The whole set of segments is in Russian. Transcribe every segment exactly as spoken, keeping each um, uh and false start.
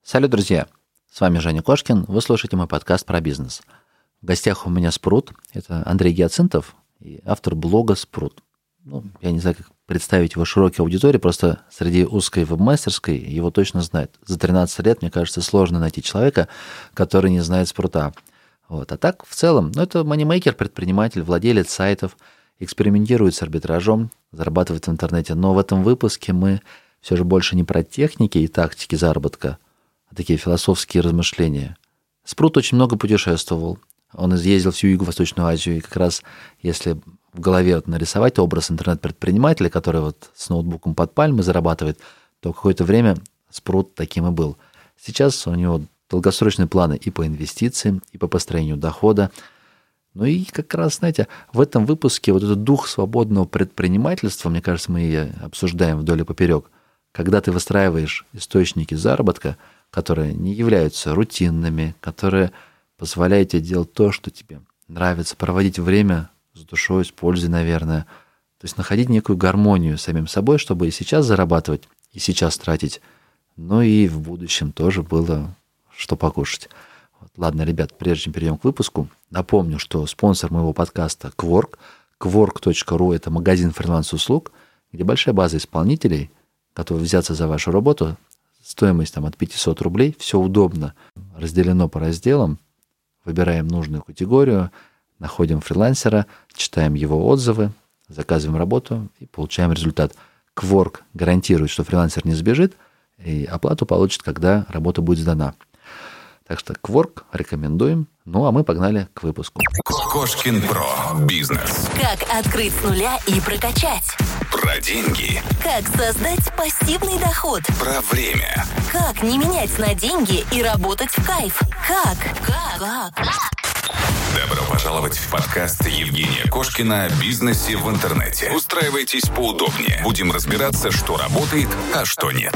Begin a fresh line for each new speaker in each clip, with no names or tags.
Салют, друзья! С вами Женя Кошкин, вы слушаете мой подкаст про бизнес. В гостях у меня Спрут, это Андрей Гиацинтов, и автор блога Спрут. Ну, я не знаю, как представить его широкой аудитории, просто среди узкой веб-мастерской его точно знают. За тринадцать лет, мне кажется, сложно найти человека, который не знает Спрута. Вот. А так, в целом, ну, это манимейкер, предприниматель, владелец сайтов, экспериментирует с арбитражом, зарабатывает в интернете. Но в этом выпуске мы все же больше не про техники и тактики заработка, а такие философские размышления. Спрут очень много путешествовал. Он изъездил всю Юго-Восточную Азию, и как раз если в голове вот нарисовать образ интернет-предпринимателя, который вот с ноутбуком под пальмой зарабатывает, то какое-то время Спрут таким и был. Сейчас у него долгосрочные планы и по инвестициям, и по построению дохода. Ну и как раз, знаете, в этом выпуске вот этот дух свободного предпринимательства, мне кажется, мы и обсуждаем вдоль и поперек, когда ты выстраиваешь источники заработка, которые не являются рутинными, которые позволяют тебе делать то, что тебе нравится, проводить время с душой, с пользой, наверное. То есть находить некую гармонию с самим собой, чтобы и сейчас зарабатывать, и сейчас тратить, но и в будущем тоже было что покушать. Вот. Ладно, ребят, прежде чем перейдем к выпуску, напомню, что спонсор моего подкаста Quark, quark точка ру – это магазин фриланс-услуг, где большая база исполнителей готовы взяться за вашу работу. Стоимость там от пятьсот рублей, все удобно, разделено по разделам, выбираем нужную категорию, находим фрилансера, читаем его отзывы, заказываем работу и получаем результат. Quark гарантирует, что фрилансер не сбежит, и оплату получит, когда работа будет сдана. Так что Quark рекомендуем. Ну, а мы погнали к выпуску.
Кошкин Про. Бизнес.
Как открыть с нуля и прокачать.
Про деньги.
Как создать пассивный доход.
Про время.
Как не менять на деньги и работать в кайф. Как? Как? Как?
Добро пожаловать в подкаст Евгения Кошкина о бизнесе в интернете. Устраивайтесь поудобнее. Будем разбираться, что работает, а что нет.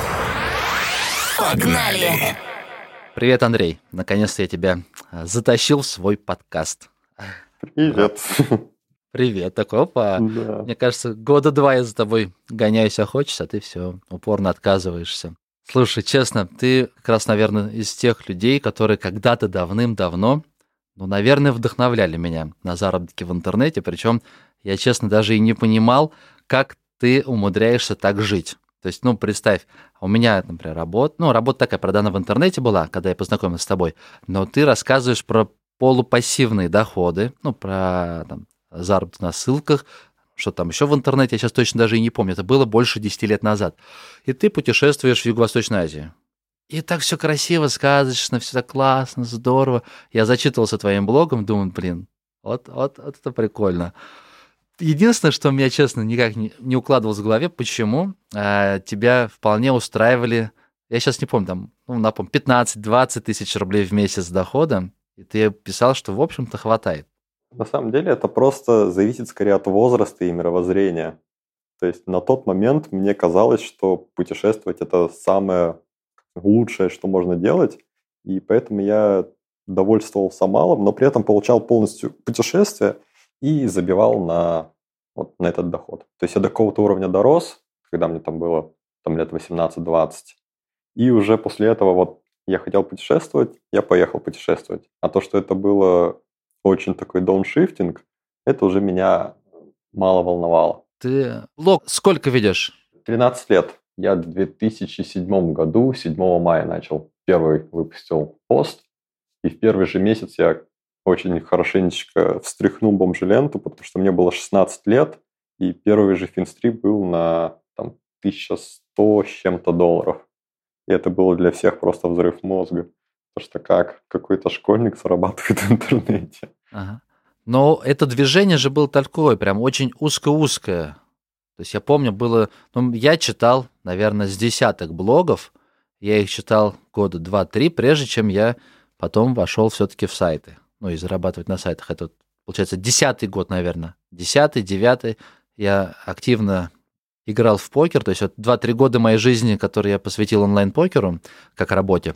Погнали!
Привет, Андрей. Наконец-то я тебя затащил в свой подкаст.
Привет.
Привет. Такой, опа.
Да.
Мне кажется, года два я за тобой гоняюсь, охочусь, а ты все упорно отказываешься. Слушай, честно, ты как раз, наверное, из тех людей, которые когда-то давным-давно, ну, наверное, вдохновляли меня на заработки в интернете. Причем я, честно, даже и не понимал, как ты умудряешься так жить. То есть, ну, представь, у меня, например, работа, ну, работа такая продана в интернете была, когда я познакомился с тобой, но ты рассказываешь про полупассивные доходы, ну, про там, заработок на ссылках, что там еще в интернете, я сейчас точно даже и не помню, это было больше десяти лет назад. И ты путешествуешь в Юго-Восточную Азию. И так все красиво, сказочно, все так классно, здорово. Я зачитывался твоим блогом, думаю, блин, вот, вот, вот это прикольно. Единственное, что меня, честно, никак не, не укладывалось в голове, почему а, тебя вполне устраивали, я сейчас не помню, там, ну, напомню, пятнадцать-двадцать тысяч рублей в месяц дохода, и ты писал, что, в общем-то, хватает.
На самом деле это просто зависит скорее от возраста и мировоззрения. То есть на тот момент мне казалось, что путешествовать – это самое лучшее, что можно делать, и поэтому я довольствовался малым, но при этом получал полностью путешествие и забивал на, вот, на этот доход. То есть я до какого-то уровня дорос, когда мне там было там, лет восемнадцать-двадцать, и уже после этого вот я хотел путешествовать, я поехал путешествовать. А то, что это было очень такой дауншифтинг, это уже меня мало волновало.
Ты блог сколько ведешь?
тринадцать лет. Я в две тысячи седьмом году, седьмого мая начал, первый выпустил пост, и в первый же месяц я очень хорошенечко встряхнул бомжеленту, потому что мне было шестнадцать лет, и первый же финстрип был на там, тысяча сто с чем-то долларов. И это было для всех просто взрыв мозга. Потому что как какой-то школьник зарабатывает в интернете.
Ага. Но это движение же было такое, прям очень узко-узкое. То есть я помню, было... Ну, я читал, наверное, с десяток блогов. Я их читал года два-три, прежде чем я потом вошел все-таки в сайты. Ну, и зарабатывать на сайтах. Это, получается, десятый год, наверное. Десятый, девятый. Я активно играл в покер. То есть вот два-три года моей жизни, которые я посвятил онлайн-покеру, как работе.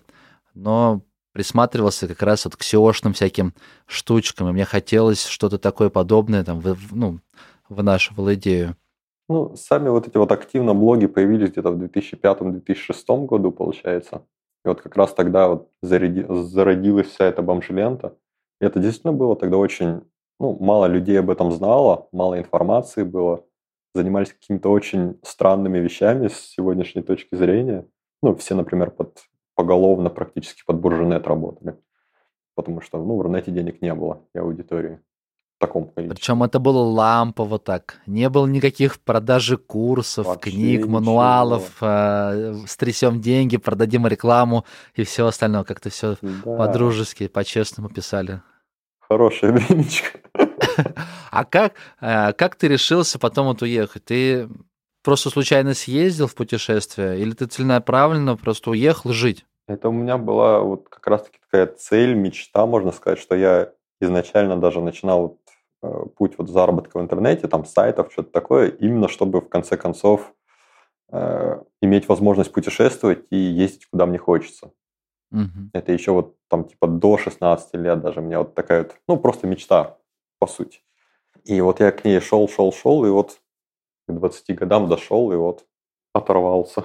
Но присматривался как раз вот к сеошным всяким штучкам. И мне хотелось что-то такое подобное, там, в, ну, вынашивал идею.
Ну, сами вот эти вот активно блоги появились где-то в две тысячи пятом - две тысячи шестом году, получается. И вот как раз тогда вот заряди, зародилась вся эта бомж-лента. И это действительно было тогда очень... Ну, мало людей об этом знало, мало информации было. Занимались какими-то очень странными вещами с сегодняшней точки зрения. Ну, все, например, под, поголовно практически под Буржинет работали. Потому что, ну, в Рунете денег не было и аудитории в таком количестве.
Причем это было лампово так. Не было никаких продажи курсов,
Вообще
книг,
ничего.
мануалов, э, стрясем деньги, продадим рекламу и все остальное. Как-то все
Да,
по-дружески, по-честному писали.
хорошее времечко.
А как, э, как ты решился потом вот уехать? Ты просто случайно съездил в путешествие или ты целенаправленно просто уехал жить?
Это у меня была вот как раз-таки такая цель, мечта, можно сказать, что я изначально даже начинал вот, э, путь вот заработка в интернете, там сайтов, что-то такое, именно чтобы в конце концов э, иметь возможность путешествовать и ездить куда мне хочется.
Мгм.
Это еще вот там типа до шестнадцати лет даже мне вот такая вот, ну просто мечта, по сути. И вот я к ней шел, шел, шел, и вот к двадцати годам дошел, и вот оторвался.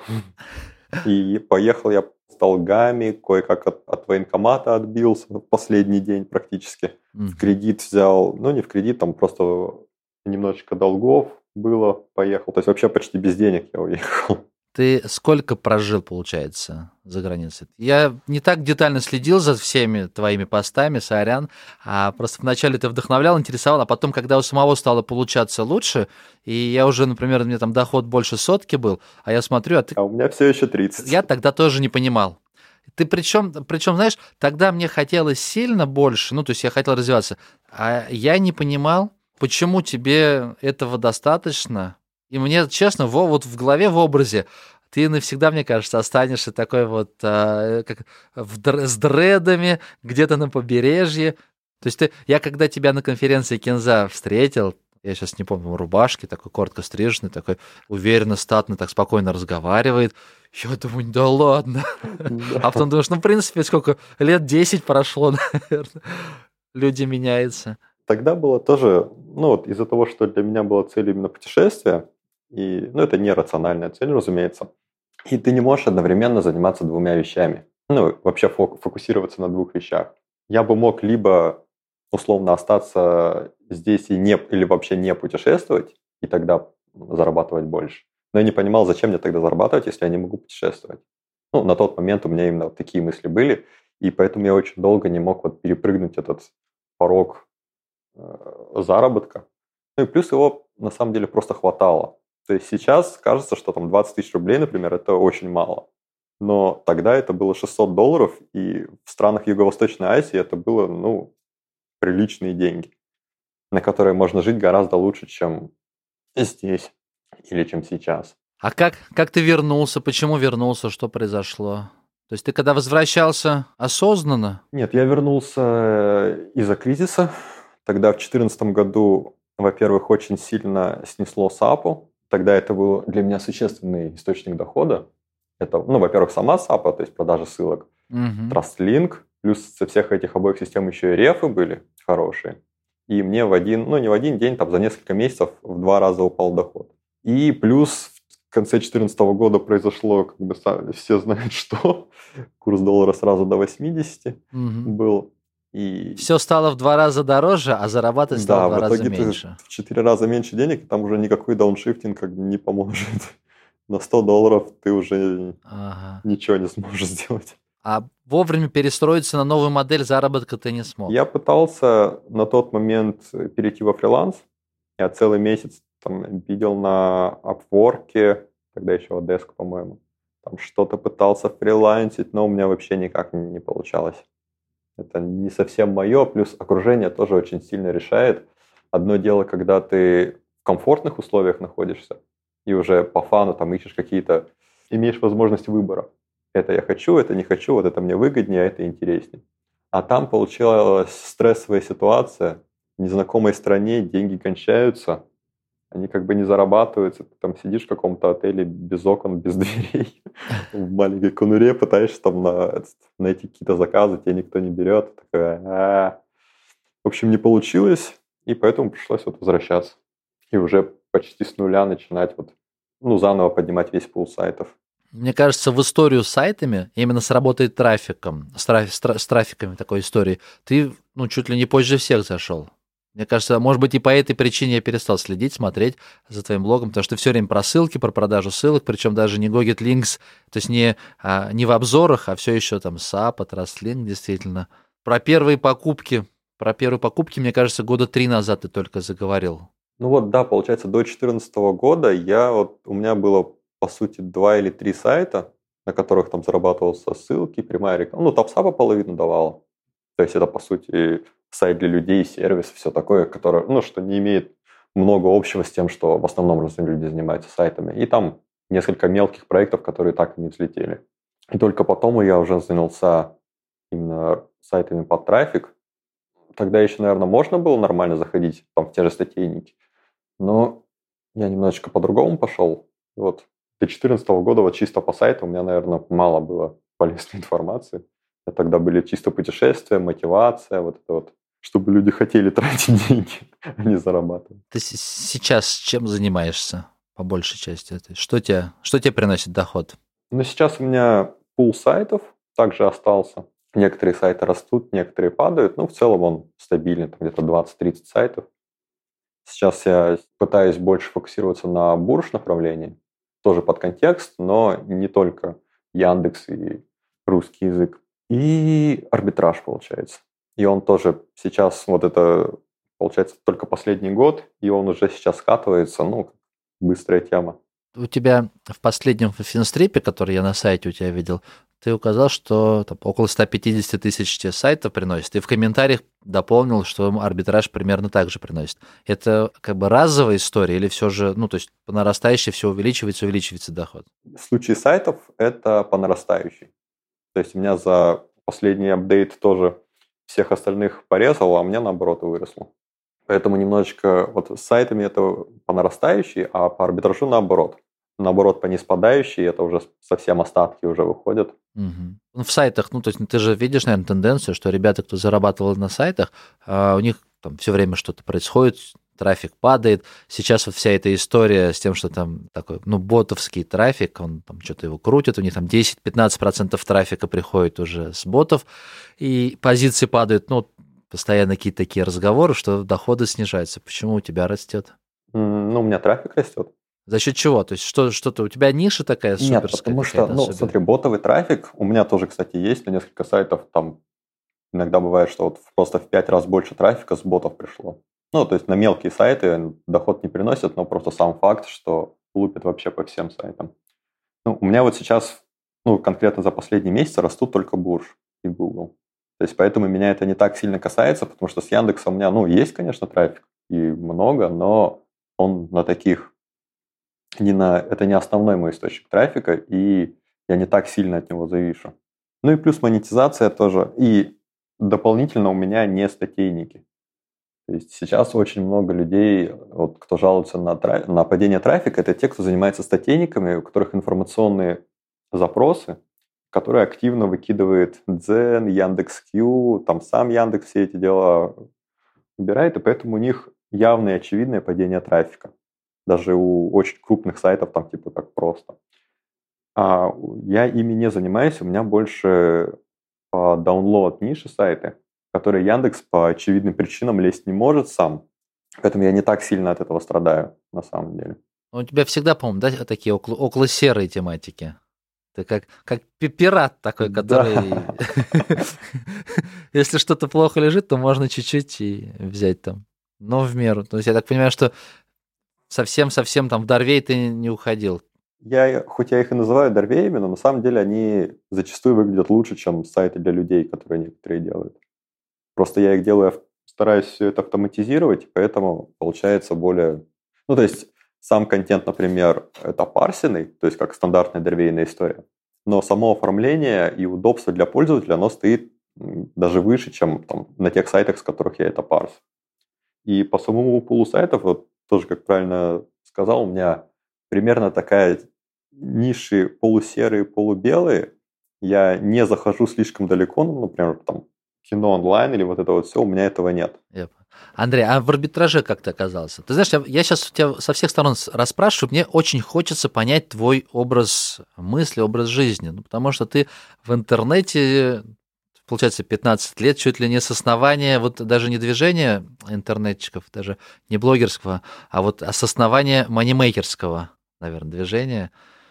И поехал я с долгами, кое-как от, от военкомата отбился в последний день практически.
Мгм.
В кредит взял, ну не в кредит, там просто немножечко долгов было, поехал. То есть вообще почти без денег я уехал.
Ты сколько прожил, получается, за границей? Я не так детально следил за всеми твоими постами, сорян, а просто вначале ты вдохновлял, интересовал, а потом, когда у самого стало получаться лучше, и я уже, например, у меня там доход больше сотки был, а я смотрю, а ты...
А у меня все еще тридцать.
Я тогда тоже не понимал. Ты причем, причем, знаешь, тогда мне хотелось сильно больше, ну, то есть я хотел развиваться, а я не понимал, почему тебе этого достаточно. И мне, честно, во, вот в голове, в образе, ты навсегда, мне кажется, останешься такой вот а, как в др- с дредами где-то на побережье. То есть ты, я когда тебя на конференции Кинза встретил, я сейчас не помню, в рубашке, такой коротко стриженный, такой уверенно, статно, так спокойно разговаривает. Я думаю, да ладно. А потом думаешь, ну, в принципе, сколько, лет десять прошло, наверное. Люди меняются.
Тогда было тоже, ну вот из-за того, что для меня была цель именно путешествия, и, ну это не рациональная цель, разумеется, и ты не можешь одновременно заниматься двумя вещами. Ну, вообще фок- фокусироваться на двух вещах. Я бы мог либо условно остаться здесь и не, или вообще не путешествовать, и тогда зарабатывать больше. Но я не понимал, зачем мне тогда зарабатывать, если я не могу путешествовать. Ну, на тот момент у меня именно вот такие мысли были, и поэтому я очень долго не мог вот перепрыгнуть этот порог заработка. Ну и плюс его на самом деле просто хватало. То есть сейчас кажется, что там двадцать тысяч рублей, например, это очень мало. Но тогда это было шестьсот долларов, и в странах Юго-Восточной Азии это было, ну, приличные деньги, на которые можно жить гораздо лучше, чем здесь или чем сейчас.
А как, как ты вернулся? Почему вернулся? Что произошло? То есть ты когда возвращался осознанно?
Нет, я вернулся из-за кризиса. Тогда в две тысячи четырнадцатом году, во-первых, очень сильно снесло сапу. Тогда это был для меня существенный источник дохода. Это, ну, во-первых, сама сапа, то есть продажа ссылок,
Мгм.
TrustLink, плюс со всех этих обоих систем еще и рефы были хорошие. И мне в один, ну не в один день, там за несколько месяцев в два раза упал доход. И плюс в конце две тысячи четырнадцатого года произошло, как бы все знают что, курс доллара сразу до восьмидесяти
Мгм.
был. И
Все стало в два раза дороже, а зарабатывать стало
да,
в два
в
раза
итоге ты
меньше.
в четыре раза меньше денег, и там уже никакой дауншифтинг как бы не поможет. На сто долларов ты уже
Ага.
ничего не сможешь сделать.
А вовремя перестроиться на новую модель заработка ты не смог.
Я пытался на тот момент перейти во фриланс. Я целый месяц там видел на Upwork, тогда еще Odesk, по-моему. Там что-то пытался фрилансить, но у меня вообще никак не, не получалось. Это не совсем мое, плюс окружение тоже очень сильно решает. Одно дело, когда ты в комфортных условиях находишься и уже по фану там ищешь какие-то, имеешь возможность выбора. Это я хочу, это не хочу, вот это мне выгоднее, а это интереснее. А там получилась стрессовая ситуация, в незнакомой стране деньги кончаются, они как бы не зарабатываются, ты там сидишь в каком-то отеле без окон, без дверей, в маленькой конуре, пытаешься там на, найти какие-то заказы, тебя никто не берет. Такая, а-а-а. В общем, не получилось, и поэтому пришлось вот возвращаться. И уже почти с нуля начинать вот, ну, заново поднимать весь пул сайтов.
Мне кажется, в историю с сайтами, именно с работой трафиком, с, траф, с, тра, с трафиками такой истории, ты ну, чуть ли не позже всех зашел. Мне кажется, может быть, и по этой причине я перестал следить, смотреть за твоим блогом, потому что ты все время про ссылки, про продажу ссылок, причем даже не GoGetLinks, то есть не, а, не в обзорах, а все еще там сап, Trustlink, действительно. Про первые покупки, про первые покупки, мне кажется, года три назад ты только заговорил.
Ну вот, да, получается, до две тысячи четырнадцатого года я вот, у меня было, по сути, два или три сайта, на которых там зарабатывался ссылки, прямая реклама. Ну, TopSap половину давала. То есть это, по сути, сайт для людей, сервис, все такое, которое, ну, что не имеет много общего с тем, что в основном люди занимаются сайтами. И там несколько мелких проектов, которые так и не взлетели. И только потом я уже занялся именно сайтами под трафик. Тогда еще, наверное, можно было нормально заходить там в те же статейники. Но я немножечко по-другому пошел. И вот до две тысячи четырнадцатого года вот чисто по сайту у меня, наверное, мало было полезной информации. Тогда были чисто путешествия, мотивация, вот это вот, чтобы люди хотели тратить деньги, а не зарабатывать.
Ты сейчас чем занимаешься по большей части? Что тебе, что тебе приносит доход?
Ну, сейчас у меня пул сайтов также остался. Некоторые сайты растут, некоторые падают. Ну, в целом он стабильный, там где-то двадцать-тридцать сайтов. Сейчас я пытаюсь больше фокусироваться на бурж направлении, тоже под контекст, но не только Яндекс и русский язык. И арбитраж, получается. И он тоже сейчас, вот это, получается, только последний год, и он уже сейчас скатывается, ну, быстрая тема.
У тебя в последнем финстрипе, который я на сайте у тебя видел, ты указал, что там, около сто пятьдесят тысяч тебе сайтов приносит, и в комментариях дополнил, что арбитраж примерно так же приносит. Это как бы разовая история или все же, ну, то есть по нарастающей все увеличивается, увеличивается доход?
В случае сайтов это по нарастающей. То есть у меня за последний апдейт тоже всех остальных порезал, а у меня наоборот выросло. Поэтому немножечко вот с сайтами это по нарастающей, а по арбитражу наоборот. Наоборот, по неспадающей, это уже совсем остатки уже выходят.
Угу. Ну, в сайтах, ну, то есть ты же видишь, наверное, тенденцию, что ребята, кто зарабатывал на сайтах, у них там все время что-то происходит, трафик падает. Сейчас вот вся эта история с тем, что там такой, ну, ботовский трафик, он там что-то его крутит, у них там десять-пятнадцать процентов трафика приходит уже с ботов, и позиции падают, ну, постоянно какие-то такие разговоры, что доходы снижаются. Почему у тебя растет?
Ну, у меня трафик растет.
За счет чего? То есть что, что-то у тебя ниша такая суперская?
Нет, потому что, ну, смотри, ботовый трафик, у меня тоже, кстати, есть на несколько сайтов, там иногда бывает, что вот просто в пять раз больше трафика с ботов пришло. Ну, то есть на мелкие сайты доход не приносят, но просто сам факт, что лупят вообще по всем сайтам. Ну, у меня вот сейчас, ну, конкретно за последний месяц растут только бурж и Google. То есть поэтому меня это не так сильно касается, потому что с Яндексом у меня, ну, есть, конечно, трафик и много, но он на таких, не на, это не основной мой источник трафика, и я не так сильно от него завишу. Ну и плюс монетизация тоже. И дополнительно у меня не статейники. То есть сейчас очень много людей, вот, кто жалуется на, траф... на падение трафика, это те, кто занимается статейниками, у которых информационные запросы, которые активно выкидывает Дзен, Яндекс.Кью, там сам Яндекс все эти дела убирает, и поэтому у них явное и очевидное падение трафика. Даже у очень крупных сайтов, там типа как просто. А я ими не занимаюсь, у меня больше по download ниши сайты, которые Яндекс по очевидным причинам лезть не может сам. Поэтому я не так сильно от этого страдаю, на самом деле.
У тебя всегда, по-моему, да, такие около, около серые тематики? Ты как, как пират такой, который... Если что-то плохо лежит, то можно чуть-чуть и взять там. Но в меру. То есть я так понимаю, что совсем-совсем там в Дорвей ты не уходил.
Я, хоть я их и называю Дорвеями, но на самом деле они зачастую выглядят лучше, чем сайты для людей, которые некоторые делают. Просто я их делаю, стараюсь все это автоматизировать, поэтому получается более... Ну, то есть сам контент, например, это парсенный, то есть как стандартная дорвейная история, но само оформление и удобство для пользователя, оно стоит даже выше, чем там, на тех сайтах, с которых я это парс. И по самому пулу сайтов, вот тоже, как правильно сказал, у меня примерно такая ниши полусерые, полубелые. Я не захожу слишком далеко, ну, например, там кино онлайн или вот это вот все, у меня этого нет.
Yep. Андрей, а в арбитраже как ты оказался? Ты знаешь, я, я сейчас тебя со всех сторон расспрашиваю, мне очень хочется понять твой образ мысли, образ жизни, ну, потому что ты в интернете, получается, пятнадцать лет, чуть ли не с основания, вот даже не движения интернетчиков, даже не блогерского, а вот с основания манимейкерского, наверное, движения.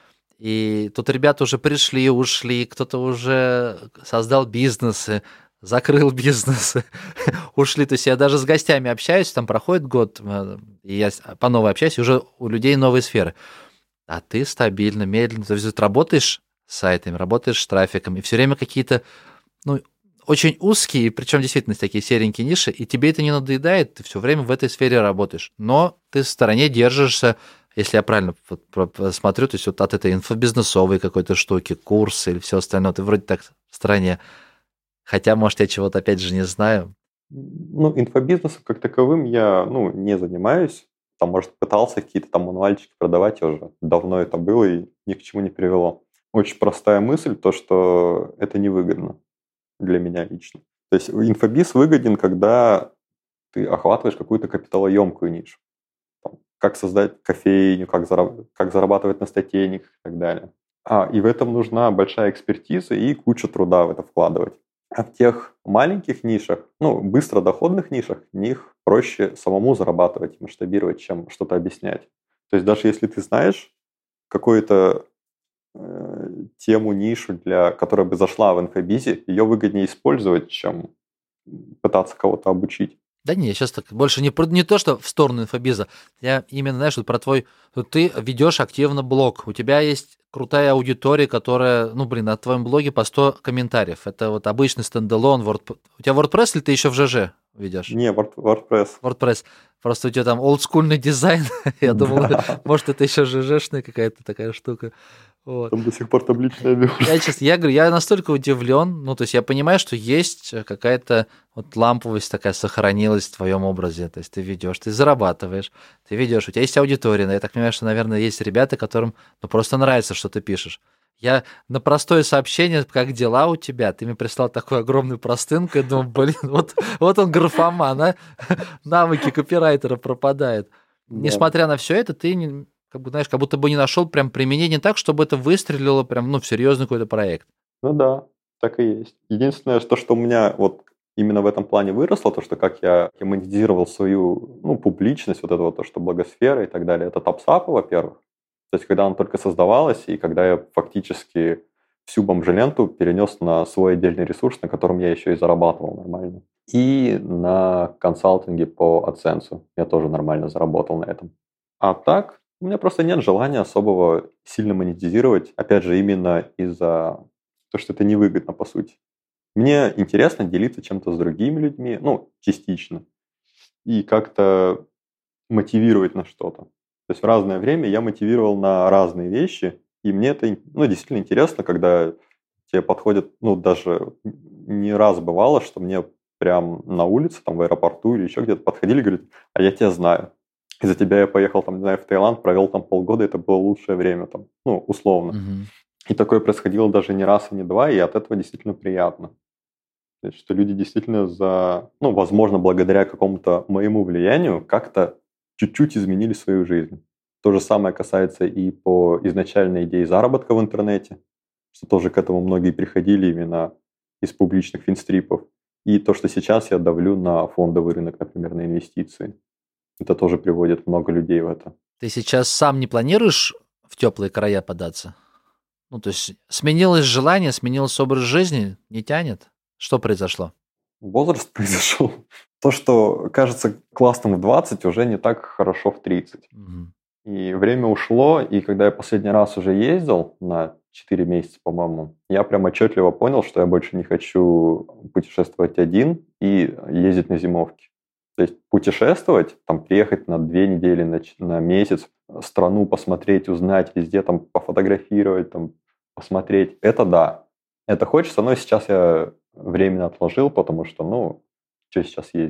И тут ребята уже пришли, ушли, кто-то уже создал бизнесы, закрыл бизнес, ушли. То есть я даже с гостями общаюсь, там проходит год, и я по новой общаюсь, и уже у людей новые сферы. А ты стабильно, медленно, то есть работаешь с сайтами, работаешь с трафиком, и все время какие-то, ну, очень узкие, причем действительно такие серенькие ниши, и тебе это не надоедает, ты все время в этой сфере работаешь. Но ты в стороне держишься, если я правильно смотрю, то есть вот от этой инфобизнесовой какой-то штуки, курсы или все остальное, ты вроде так в стороне. Хотя, может, я чего-то, опять же, не знаю.
Ну, инфобизнесом как таковым я, ну, не занимаюсь. Там, может, пытался какие-то там мануальчики продавать уже. Давно это было и ни к чему не привело. Очень простая мысль, то, что это невыгодно для меня лично. То есть инфобиз выгоден, когда ты охватываешь какую-то капиталоемкую нишу. Там, как создать кофейню, как, зараб- как зарабатывать на статейниках и так далее. А, и в этом нужна большая экспертиза и куча труда в это вкладывать. А в тех маленьких нишах, ну, быстродоходных нишах, в них проще самому зарабатывать и масштабировать, чем что-то объяснять. То есть даже если ты знаешь какую-то э, тему, нишу, для, которая бы зашла в инфобизе, ее выгоднее использовать, чем пытаться кого-то обучить.
Да не, я сейчас так больше не, не то, что в сторону инфобиза. Я именно, знаешь, вот про твой... Вот ты ведешь активно блог, у тебя есть крутая аудитория, которая, ну, блин, на твоем блоге по сто комментариев. Это вот обычный стендалон. Word... У тебя WordPress или ты еще в ЖЖ ведешь?
Не, WordPress.
WordPress. Просто у тебя там олдскульный дизайн. Я думал, может, это еще ЖЖшная какая-то такая штука. Вот.
Там до сих пор табличная версия.
Я, честно, я говорю, я настолько удивлен, ну, то есть я понимаю, что есть какая-то вот ламповость такая сохранилась в твоем образе, то есть ты ведешь, ты зарабатываешь, ты ведешь, у тебя есть аудитория, я так понимаю, что, наверное, есть ребята, которым ну, просто нравится, что ты пишешь. Я на простое сообщение, как дела у тебя, ты мне прислал такую огромную простынку, я думаю, блин, вот, вот он графоман, а? Навыки копирайтера пропадают. Да. Несмотря на все это, ты не... как бы, знаешь, как будто бы не нашел прям применение так, чтобы это выстрелило прям, ну, в серьезный какой-то проект.
Ну да, так и есть. Единственное, что, что у меня вот именно в этом плане выросло, то, что как я монетизировал свою, ну, публичность, вот это вот, то, что благосфера и так далее, это TapSap, во-первых. То есть, когда она только создавалась, и когда я фактически всю бомжеленту перенес на свой отдельный ресурс, на котором я еще и зарабатывал нормально. И на консалтинге по AdSense я тоже нормально заработал на этом. А так... У меня просто нет желания особого сильно монетизировать, опять же, именно из-за того, что это невыгодно, по сути. Мне интересно делиться чем-то с другими людьми, ну, частично, и как-то мотивировать на что-то. То есть в разное время я мотивировал на разные вещи, и мне это, ну, действительно интересно, когда тебе подходят, ну, даже не раз бывало, что мне прям на улице, там, в аэропорту или еще где-то подходили и говорят, а я тебя знаю. Из-за тебя я поехал, там, не знаю, в Таиланд, провел там полгода, это было лучшее время, там, ну, условно. Uh-huh. И такое происходило даже не раз и не два, и от этого действительно приятно. То есть, что люди действительно за, ну, возможно, благодаря какому-то моему влиянию как-то чуть-чуть изменили свою жизнь. То же самое касается и по изначальной идее заработка в интернете, что тоже к этому многие приходили именно из публичных финстрипов. И то, что сейчас я давлю на фондовый рынок, например, на инвестиции. Это тоже приводит много людей в это.
Ты сейчас сам не планируешь в теплые края податься? Ну, то есть сменилось желание, сменился образ жизни, не тянет? Что произошло?
Возраст произошел. То, что кажется классным в двадцать, уже не так хорошо в тридцать. Угу. И время ушло, и когда я последний раз уже ездил на четыре месяца, по-моему, я прям отчетливо понял, что я больше не хочу путешествовать один и ездить на зимовки. То есть путешествовать, там, приехать на две недели, на, на месяц, страну посмотреть, узнать, везде там пофотографировать, там, посмотреть, это да. Это хочется, но сейчас я временно отложил, потому что, ну, что сейчас ездить.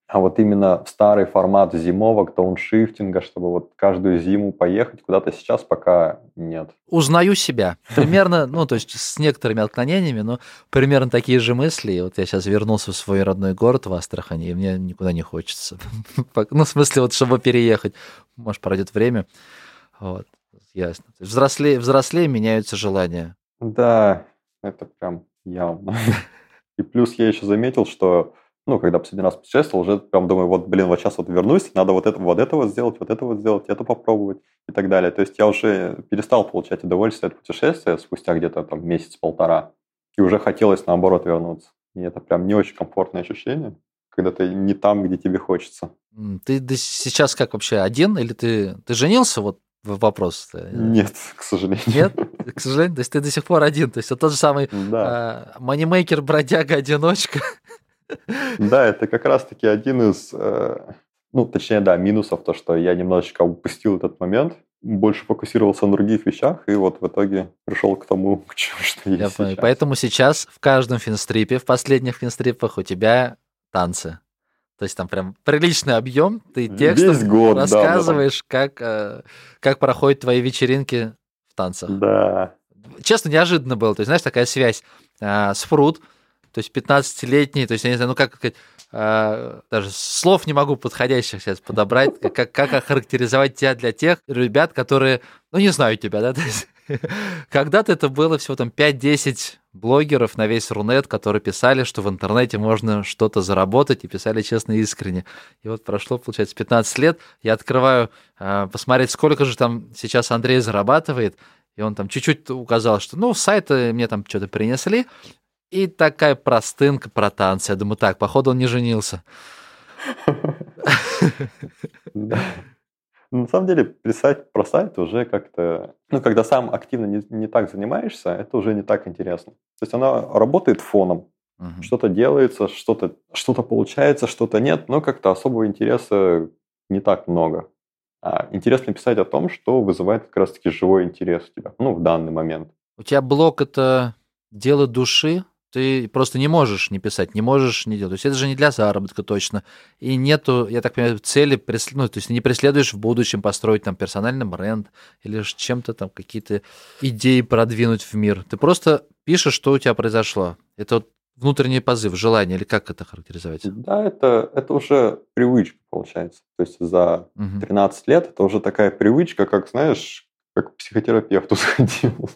А вот именно старый формат зимовок, дауншифтинга, чтобы вот каждую зиму поехать куда-то, сейчас пока нет.
Узнаю себя. Примерно, ну, то есть с некоторыми отклонениями, но примерно такие же мысли. И вот я сейчас вернулся в свой родной город, в Астрахань, и мне никуда не хочется. Ну, в смысле, вот чтобы переехать. Может, пройдет время. Вот, ясно. Взрослее, взрослее меняются желания.
Да, это прям явно. И плюс я еще заметил, что, ну, когда последний раз путешествовал, уже прям думаю, вот, блин, вот сейчас вот вернусь, надо вот это вот, это вот сделать, вот это вот сделать, это попробовать и так далее. То есть я уже перестал получать удовольствие от путешествия спустя где-то там месяц-полтора, и уже хотелось, наоборот, вернуться. И это прям не очень комфортное ощущение, когда ты не там, где тебе хочется.
Ты, ты сейчас как вообще, один или ты, ты женился? Вот вопрос.
Нет, к сожалению.
Нет, к сожалению. То есть ты до сих пор один. То есть это тот же самый
да.
э, манимейкер, бродяга, одиночка.
Да, это как раз-таки один из, э, ну, точнее, да, минусов, то, что я немножечко упустил этот момент, больше фокусировался на других вещах, и вот в итоге пришел к тому, к чему, что есть
я
сейчас.
Поэтому сейчас в каждом финстрипе, в последних финстрипах у тебя танцы. То есть там прям приличный объем, ты текстом год, рассказываешь, да, как, как проходят твои вечеринки в танцах.
Да.
Честно, неожиданно было. То есть, знаешь, такая связь а, с Fruit, то есть пятнадцатилетний, то есть, я не знаю, ну как сказать, а, даже слов не могу подходящих сейчас подобрать, как, как охарактеризовать тебя для тех ребят, которые, ну, не знаю тебя, да, то есть, когда-то это было всего там пять-десять блогеров на весь Рунет, которые писали, что в интернете можно что-то заработать, и писали честно и искренне. И вот прошло, получается, пятнадцать лет, я открываю, посмотреть, сколько же там сейчас Андрей зарабатывает, и он там чуть-чуть указал, что, ну, сайты мне там что-то принесли, и такая простынка про танцы. Я думаю, так, походу он не женился.
На самом деле, писать про сайт уже как-то... Ну, когда сам активно не, не так занимаешься, это уже не так интересно. То есть она работает фоном. Uh-huh. Что-то делается, что-то, что-то получается, что-то нет, но как-то особого интереса не так много. А интересно писать о том, что вызывает как раз-таки живой интерес у тебя, ну, в данный момент.
У тебя блог – это дело души? Ты просто не можешь не писать, не можешь не делать. То есть это же не для заработка точно. И нету, я так понимаю, цели, ну, то есть ты не преследуешь в будущем построить там персональный бренд или чем-то там какие-то идеи продвинуть в мир. Ты просто пишешь, что у тебя произошло. Это вот внутренний позыв, желание, или как это характеризовать?
Да, это, это уже привычка, получается. То есть за тринадцать лет это уже такая привычка, как, знаешь, как к психотерапевту сходил.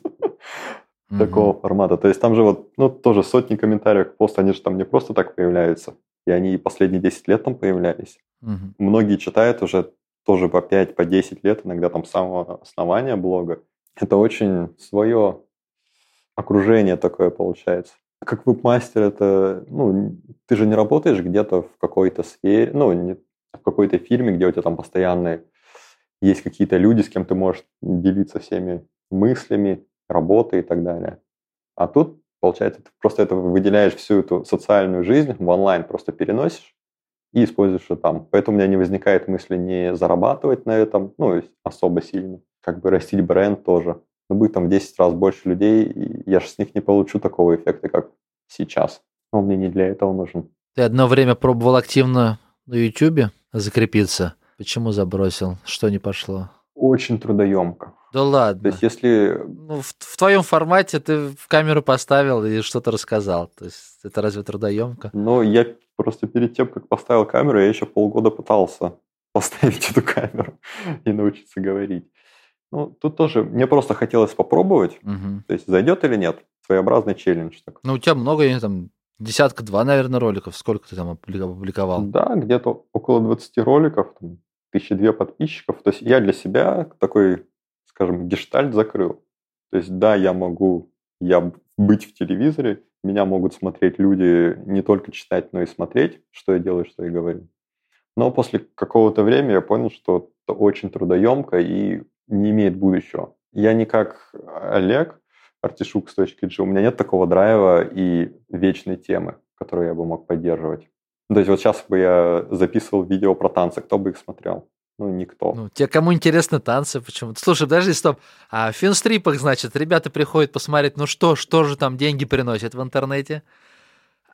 Такого mm-hmm. формата. То есть там же вот, ну, тоже сотни комментариев к посту, они же там не просто так появляются. И они последние десять лет там появлялись. Mm-hmm. Многие читают уже тоже по пять, по десять лет, иногда там с самого основания блога. Это очень свое окружение такое получается. Как веб-мастер это, ну, ты же не работаешь где-то в какой-то сфере, ну, не, в какой-то фирме, где у тебя там постоянно есть какие-то люди, с кем ты можешь делиться всеми мыслями, работы и так далее. А тут, получается, ты просто это выделяешь всю эту социальную жизнь в онлайн, просто переносишь и используешь ее там. Поэтому у меня не возникает мысли не зарабатывать на этом, ну, особо сильно, как бы растить бренд тоже. Но будет там в десять раз больше людей, и я же с них не получу такого эффекта, как сейчас. Он мне не для этого нужен.
Ты одно время пробовал активно на Ютубе закрепиться. Почему забросил? Что не пошло?
Очень трудоемко.
Да ладно.
То есть, если...
Ну, в, в твоем формате ты в камеру поставил и что-то рассказал. То есть, это разве трудоемко?
Ну, я просто перед тем, как поставил камеру, я еще полгода пытался поставить эту камеру и научиться говорить. Ну, тут тоже мне просто хотелось попробовать, угу. То есть, зайдет или нет. Своеобразный челлендж такой.
Ну, у тебя много, я не знаю, там, десятка-два, наверное, роликов. Сколько ты там опубликовал?
Да, где-то около двадцать роликов, там, тысячи две подписчиков. То есть, я для себя такой... скажем, гештальт закрыл. То есть, да, я могу я быть в телевизоре, меня могут смотреть люди, не только читать, но и смотреть, что я делаю, что я говорю. Но после какого-то времени я понял, что это очень трудоемко и не имеет будущего. Я не как Олег, Артишук с точки джи, у меня нет такого драйва и вечной темы, которую я бы мог поддерживать. То есть, вот сейчас бы я записывал видео про танцы, кто бы их смотрел? Ну, никто.
Ну, тебе кому интересны танцы почему-то? Слушай, подожди, стоп. А в финстрипах, значит, ребята приходят посмотреть, ну что, что же там деньги приносят в интернете?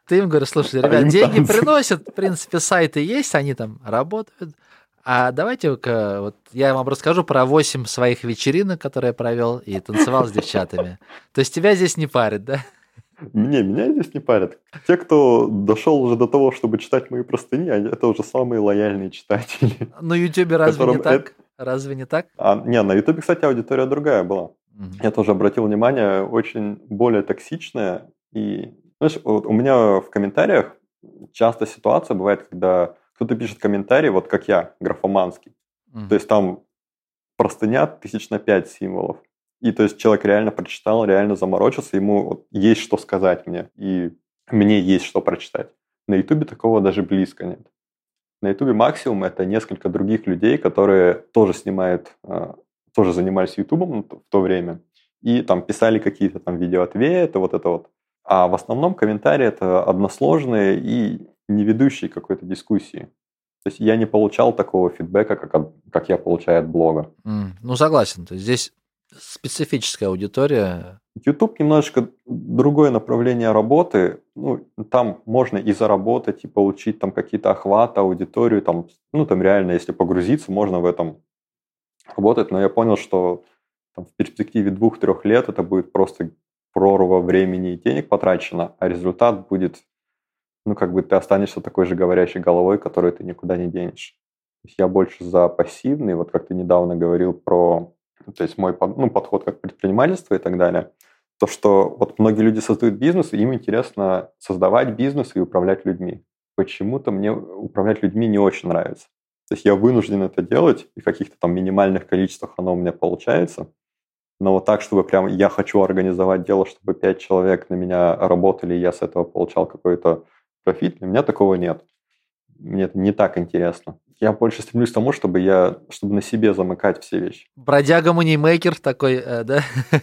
Ты им говоришь, слушай,
А
ребят,
им
деньги
танцы.
приносят, в принципе, сайты есть, они там работают. А давайте-ка, вот я вам расскажу про восемь своих вечеринок, которые я провел и танцевал с девчатами. То есть тебя здесь не парит, да?
Не, меня здесь не парят. Те, кто дошел уже до того, чтобы читать мои простыни, они- это уже самые лояльные читатели.
На Ютубе разве не
Которым
так? Разве не так?
А, не, на Ютубе, кстати, аудитория другая была.
Мгм.
Я тоже обратил внимание, очень более токсичная. И, знаешь, вот у меня в комментариях часто ситуация бывает, когда кто-то пишет комментарий, вот как я, графоманский.
Мгм.
То есть там простыня тысяч на пять символов. И то есть человек реально прочитал, реально заморочился, ему вот есть что сказать мне, и мне есть что прочитать. На Ютубе такого даже близко нет. На Ютубе максимум это несколько других людей, которые тоже снимают, э, тоже занимались Ютубом в то время, и там писали какие-то там видеоответы, вот это вот. А в основном комментарии это односложные и не ведущие к какой-то дискуссии. То есть я не получал такого фидбэка, как, от- как я получаю от блога.
М, Ну, согласен. То есть здесь специфическая аудитория.
YouTube немножечко другое направление работы. Ну, там можно и заработать, и получить там какие-то охваты, аудиторию. Там, ну, там реально, если погрузиться, можно в этом работать. Но я понял, что там, в перспективе двух-трех лет это будет просто прорва времени и денег потрачено, а результат будет, ну, как бы ты останешься такой же говорящей головой, которую ты никуда не денешь. То есть я больше за пассивный, вот как ты недавно говорил про, то есть мой под- ну, подход как предпринимательство и так далее. То, что вот многие люди создают бизнес, и им интересно создавать бизнес и управлять людьми. Почему-то мне управлять людьми не очень нравится. То есть я вынужден это делать, и в каких-то там минимальных количествах оно у меня получается. Но вот так, чтобы прям я хочу организовать дело, чтобы пять человек на меня работали, и я с этого получал какой-то профит, у меня такого нет. Мне это не так интересно. Я больше стремлюсь к тому, чтобы я, чтобы на себе замыкать все вещи.
Бродяга мунимейкер такой, э, да?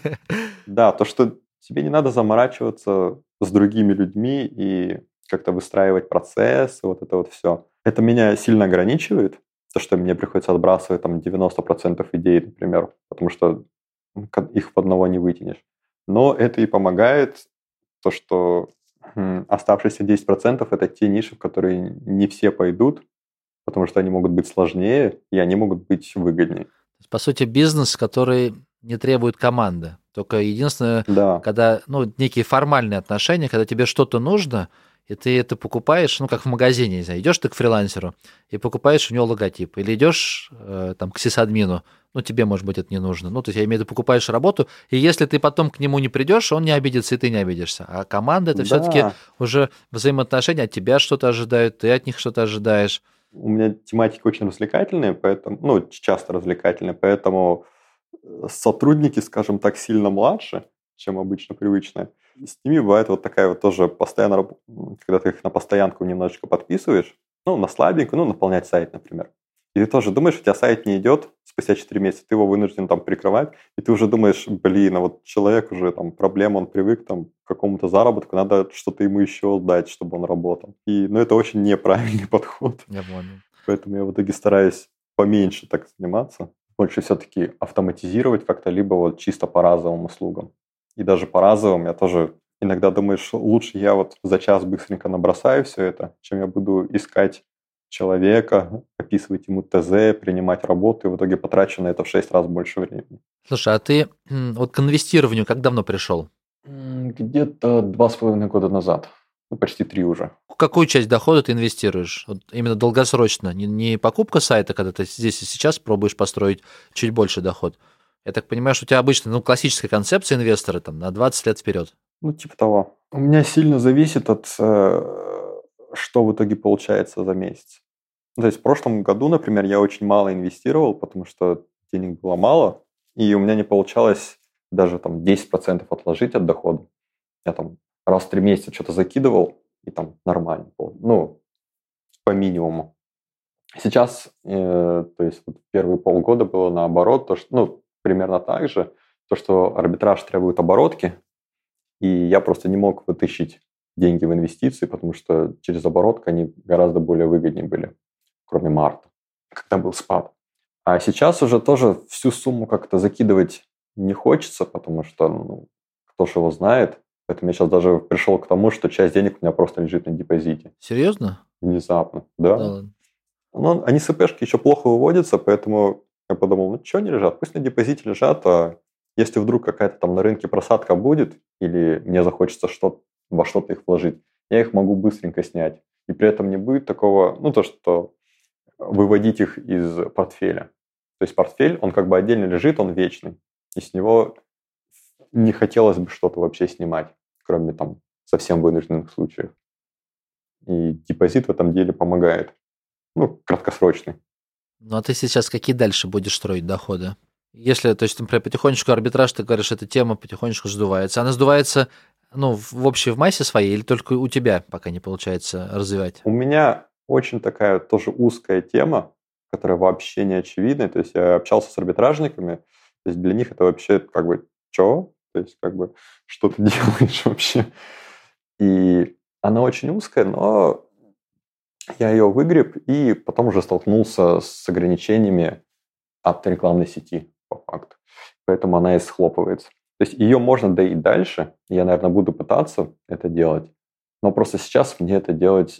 Да, то, что тебе не надо заморачиваться с другими людьми и как-то выстраивать процессы, вот это вот все. Это меня сильно ограничивает, то, что мне приходится отбрасывать там девяносто процентов идей, например, потому что ну, ка- их в одного не вытянешь. Но это и помогает, то, что м, оставшиеся десять процентов это те ниши, в которые не все пойдут, потому что они могут быть сложнее, и они могут быть выгоднее.
По сути, бизнес, который не требует команды. Только единственное,
Да,
когда, ну, некие формальные отношения, когда тебе что-то нужно, и ты это покупаешь, ну, как в магазине, не знаю, идешь ты к фрилансеру и покупаешь у него логотип, или идешь э, там к сисадмину, ну, тебе, может быть, это не нужно. Ну, то есть, я имею в виду, покупаешь работу, и если ты потом к нему не придешь, он не обидится, и ты не обидишься. А команда это все-таки
да.
уже взаимоотношения, от тебя что-то ожидают, ты от них что-то ожидаешь.
У меня тематика очень развлекательная, поэтому, ну, часто развлекательная, поэтому э, сотрудники, скажем так, сильно младше, чем обычно привычные. С ними бывает вот такая вот тоже постоянно, раб- м, когда ты их на постоянку немножечко подписываешь, ну, на слабенькую, ну, наполнять сайт, например. И ты тоже думаешь, у тебя сайт не идет спустя четыре месяца, ты его вынужден там прикрывать, и ты уже думаешь, блин, а вот человек уже там проблема, он привык там к какому-то заработку, надо что-то ему еще дать, чтобы он работал. И, ну, это очень неправильный подход.
Я понял.
Поэтому я в итоге стараюсь поменьше так заниматься, больше все-таки автоматизировать как-то, либо вот чисто по разовым услугам. И даже по разовым я тоже иногда думаешь, лучше я вот за час быстренько набросаю все это, чем я буду искать человека, описывать ему ТЗ, принимать работу, и в итоге потрачу на это в шесть раз больше времени.
Слушай, а ты м, вот к инвестированию как давно пришел?
М, Где-то два с половиной года назад, ну почти три уже.
Какую часть дохода ты инвестируешь? Вот именно долгосрочно, не, не покупка сайта, когда ты здесь и сейчас пробуешь построить чуть больше доход. Я так понимаю, что у тебя обычно, ну, классическая концепция инвестора там на двадцать лет вперед.
Ну, типа того. У меня сильно зависит от, э, что в итоге получается за месяц. Ну, то есть в прошлом году, например, я очень мало инвестировал, потому что денег было мало, и у меня не получалось даже там десять процентов отложить от дохода. Я там раз в три месяца что-то закидывал, и там нормально было. Ну, по минимуму. Сейчас, э, то есть вот первые полгода было наоборот, то, что, ну, примерно так же, то, что арбитраж требует оборотки, и я просто не мог вытащить деньги в инвестиции, потому что через оборотку они гораздо более выгоднее были, кроме марта, когда был спад. А сейчас уже тоже всю сумму как-то закидывать не хочется, потому что, ну, кто ж его знает. Поэтому я сейчас даже пришел к тому, что часть денег у меня просто лежит на депозите.
Серьезно?
Внезапно, да.
Да ладно.
Но они с ИПшки еще плохо выводятся, поэтому я подумал, ну что они лежат? Пусть на депозите лежат, а если вдруг какая-то там на рынке просадка будет, или мне захочется что во что-то их вложить, я их могу быстренько снять. И при этом не будет такого, ну то, что выводить их из портфеля. То есть портфель, он как бы отдельно лежит, он вечный. И с него не хотелось бы что-то вообще снимать, кроме там совсем вынужденных случаев. И депозит в этом деле помогает. Ну, краткосрочный.
Ну, а ты сейчас какие дальше будешь строить доходы? Если, то есть, например, потихонечку арбитраж, ты говоришь, эта тема потихонечку сдувается. Она сдувается, ну, в общей в массе своей или только у тебя пока не получается развивать?
У меня очень такая тоже узкая тема, которая вообще не очевидна. То есть я общался с арбитражниками, то есть для них это вообще как бы что? То есть как бы что ты делаешь вообще? И она очень узкая, но я ее выгреб и потом уже столкнулся с ограничениями от рекламной сети, по факту. Поэтому она и схлопывается. То есть ее можно доить дальше, и я, наверное, буду пытаться это делать, но просто сейчас мне это делать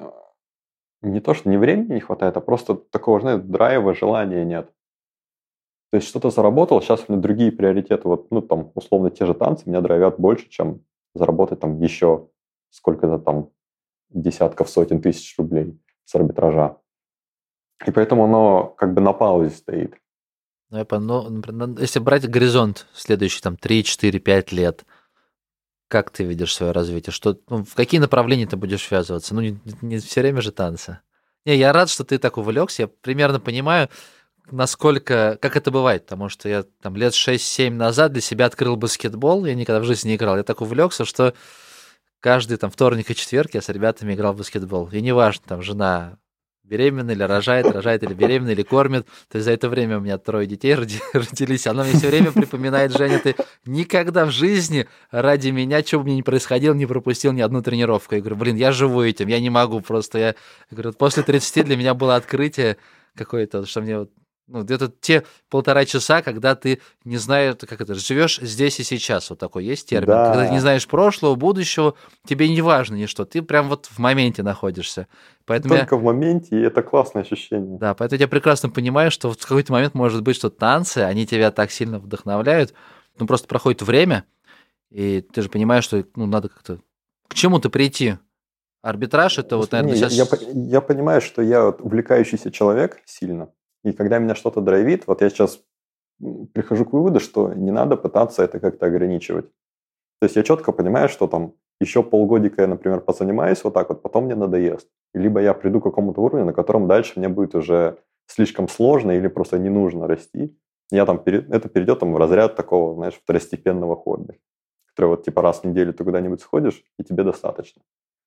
не то, что не времени не хватает, а просто такого, знаете, драйва, желания нет. То есть что-то заработал, сейчас у меня другие приоритеты. Вот, ну, там, условно, те же танцы меня драйвят больше, чем заработать там еще сколько-то там десятков, сотен тысяч рублей с арбитража. И поэтому оно как бы на паузе стоит.
Ну, я понял. Ну, например, если брать горизонт следующий там три, четыре, пять лет, как ты видишь свое развитие? Что, ну, в какие направления ты будешь ввязываться? Ну, не, не все время же танцы. Не, я рад, что ты так увлекся. Я примерно понимаю, насколько, как это бывает, потому что я там лет шесть-семь назад для себя открыл баскетбол, я никогда в жизни не играл. Я так увлекся, что каждый там вторник и четверг я с ребятами играл в баскетбол. И неважно, там жена беременна или рожает, рожает или беременна, или кормит. То есть за это время у меня трое детей родились. Она мне все время припоминает: Женя, ты никогда в жизни ради меня, что бы мне ни происходило, не пропустил ни одну тренировку. Я говорю, блин, я живу этим, я не могу просто. Я, я говорю, после тридцати для меня было открытие какое-то, что мне вот, ну, где-то те полтора часа, когда ты не знаешь, как это, живешь здесь и сейчас, вот такой есть термин. Да. Когда ты не знаешь прошлого, будущего, тебе не важно ничто, ты прям вот в моменте находишься. Поэтому
Только
я...
в моменте, и это классное ощущение.
Да, поэтому я прекрасно понимаю, что в какой-то момент может быть, что танцы, они тебя так сильно вдохновляют, ну, просто проходит время, и ты же понимаешь, что, ну, надо как-то к чему-то прийти. Арбитраж — это вот, наверное,
не,
сейчас...
Я, я, я понимаю, что я вот увлекающийся человек сильно, и когда меня что-то драйвит, вот я сейчас прихожу к выводу, что не надо пытаться это как-то ограничивать. То есть я четко понимаю, что там еще полгодика я, например, позанимаюсь вот так вот, потом мне надоест. Либо я приду к какому-то уровню, на котором дальше мне будет уже слишком сложно или просто не нужно расти. Я там, это перейдет там, в разряд такого, знаешь, второстепенного хобби, которое вот типа раз в неделю ты куда-нибудь сходишь, и тебе достаточно.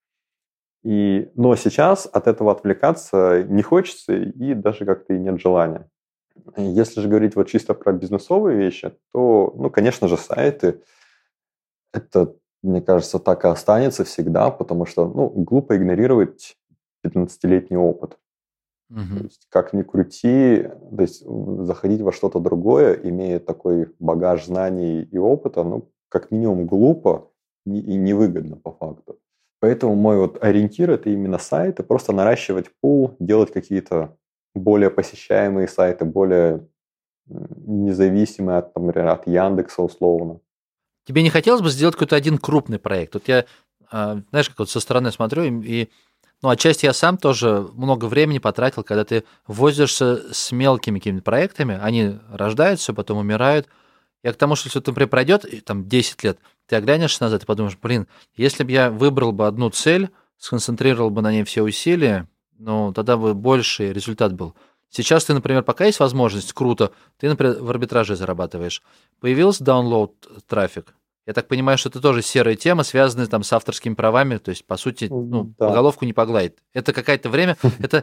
И, но сейчас от этого отвлекаться не хочется, и даже как-то и нет желания. Если же говорить вот чисто про бизнесовые вещи, то, ну, конечно же, сайты, это, мне кажется, так и останется всегда, потому что, ну, глупо игнорировать пятнадцатилетний опыт.
Угу.
То есть, как ни крути, то есть заходить во что-то другое, имея такой багаж знаний и опыта, ну, как минимум глупо и невыгодно по факту. Поэтому мой вот ориентир – это именно сайты, просто наращивать пул, делать какие-то более посещаемые сайты, более независимые от, там, например, от Яндекса условно.
Тебе не хотелось бы сделать какой-то один крупный проект? Вот я, знаешь, как вот со стороны смотрю, и, ну, отчасти я сам тоже много времени потратил, когда ты возишься с мелкими какими-то проектами, они рождаются, потом умирают. Я к тому, что если, например, пройдет там десять лет, ты оглянешься назад и подумаешь, блин, если бы я выбрал бы одну цель, сконцентрировал бы на ней все усилия, ну, тогда бы больший результат был. Сейчас ты, например, пока есть возможность, круто, ты, например, в арбитраже зарабатываешь. Появился download трафик. Я так понимаю, что это тоже серая тема, связанная там с авторскими правами, то есть, по сути, ну, да. Поголовку не погладит. Это какое-то время, это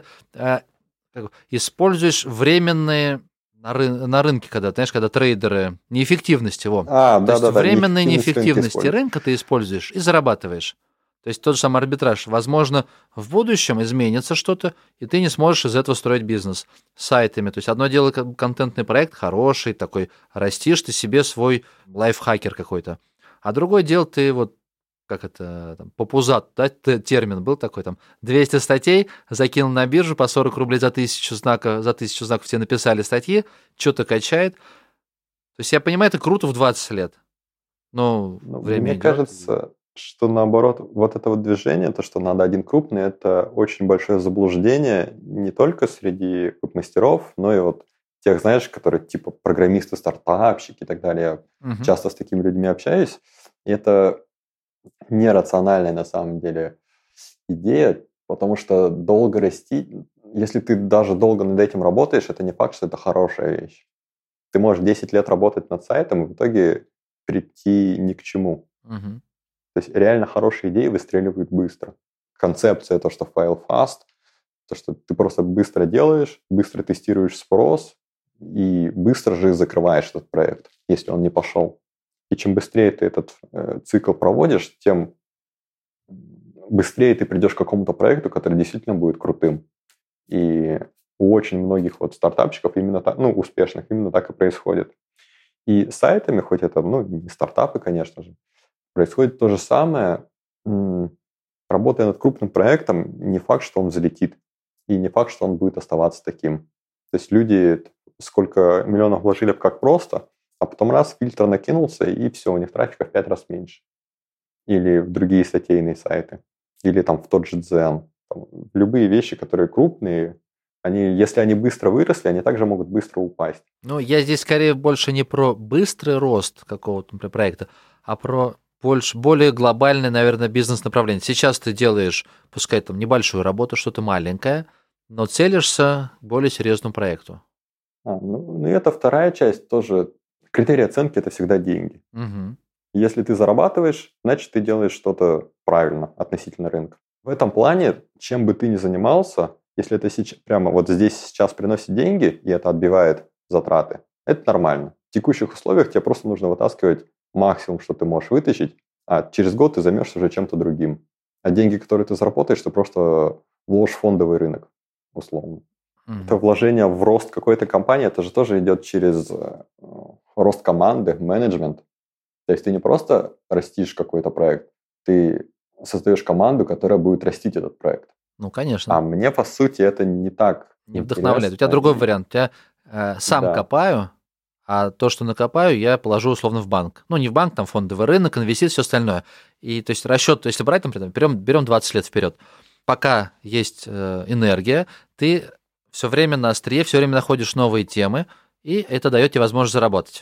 используешь временные... На, ры- на рынке, когда, знаешь, когда трейдеры неэффективности, во.
А,
то
да,
есть
да,
временные
да,
неэффективности рынка, рынка ты используешь и зарабатываешь. То есть тот же самый арбитраж. Возможно, в будущем изменится что-то, и ты не сможешь из этого строить бизнес с сайтами. То есть одно дело контентный проект хороший, такой, растишь ты себе свой лайфхакер какой-то. А другое дело, ты вот как это, там, попузат, да, термин был такой, там, двести статей, закинул на биржу по сорок рублей за тысячу знаков, за тысячу знаков тебе написали статьи, что-то качает. То есть я понимаю, это круто в двадцать лет, но
Ну,
время
мне
идет.
кажется, что наоборот, вот это вот движение, то, что надо один крупный, это очень большое заблуждение не только среди мастеров, но и вот тех, знаешь, которые типа программисты, стартапщики и так далее. Я
Мгм.
часто с такими людьми общаюсь. И это нерациональная на самом деле идея, потому что долго расти, если ты даже долго над этим работаешь, это не факт, что это хорошая вещь. Ты можешь десять лет работать над сайтом и в итоге прийти ни к чему.
Мгм.
То есть реально хорошие идеи выстреливают быстро. Концепция, то, что файл fast, то, что ты просто быстро делаешь, быстро тестируешь спрос и быстро же закрываешь этот проект, если он не пошел. И чем быстрее ты этот э, цикл проводишь, тем быстрее ты придешь к какому-то проекту, который действительно будет крутым. И у очень многих вот стартапчиков именно так, ну, успешных, именно так и происходит. И с сайтами, хоть это, ну, не стартапы, конечно же, происходит то же самое. М, Работая над крупным проектом, не факт, что он взлетит. И не факт, что он будет оставаться таким. То есть люди сколько миллионов вложили в как просто, а потом раз фильтр накинулся, и все, у них трафика в пять раз меньше. Или в другие статейные сайты. Или там в тот же Дзен. Там любые вещи, которые крупные, они, если они быстро выросли, они также могут быстро упасть.
Ну, я здесь скорее больше не про быстрый рост какого-то, например, проекта, а про больше, более глобальное, наверное, бизнес-направление. Сейчас ты делаешь, пускай там небольшую работу, что-то маленькое, но целишься к более серьезному проекту.
А, ну, ну и это вторая часть тоже. Критерий оценки – это всегда деньги.
Угу.
Если ты зарабатываешь, значит, ты делаешь что-то правильно относительно рынка. В этом плане, чем бы ты ни занимался, если это сейчас, прямо вот здесь сейчас приносит деньги, и это отбивает затраты, это нормально. В текущих условиях тебе просто нужно вытаскивать максимум, что ты можешь вытащить, а через год ты займешься уже чем-то другим. А деньги, которые ты заработаешь, ты просто вложишь в фондовый рынок, условно.
Угу.
Это вложение в рост какой-то компании, это же тоже идет через э, рост команды, менеджмент. То есть ты не просто растишь какой-то проект, ты создаешь команду, которая будет растить этот проект.
Ну, конечно.
А мне, по сути, это не так
Не вдохновляет. У тебя
интересно.
другой
И-
вариант. Я э, сам
Да.
копаю, а то, что накопаю, я положу условно в банк. Ну, не в банк, там фондовый рынок, инвестиции, все остальное. И то есть расчет, если брать, например, берем, берем двадцать лет вперед. Пока есть э, энергия, ты все время на острие, все время находишь новые темы, и это дает тебе возможность заработать.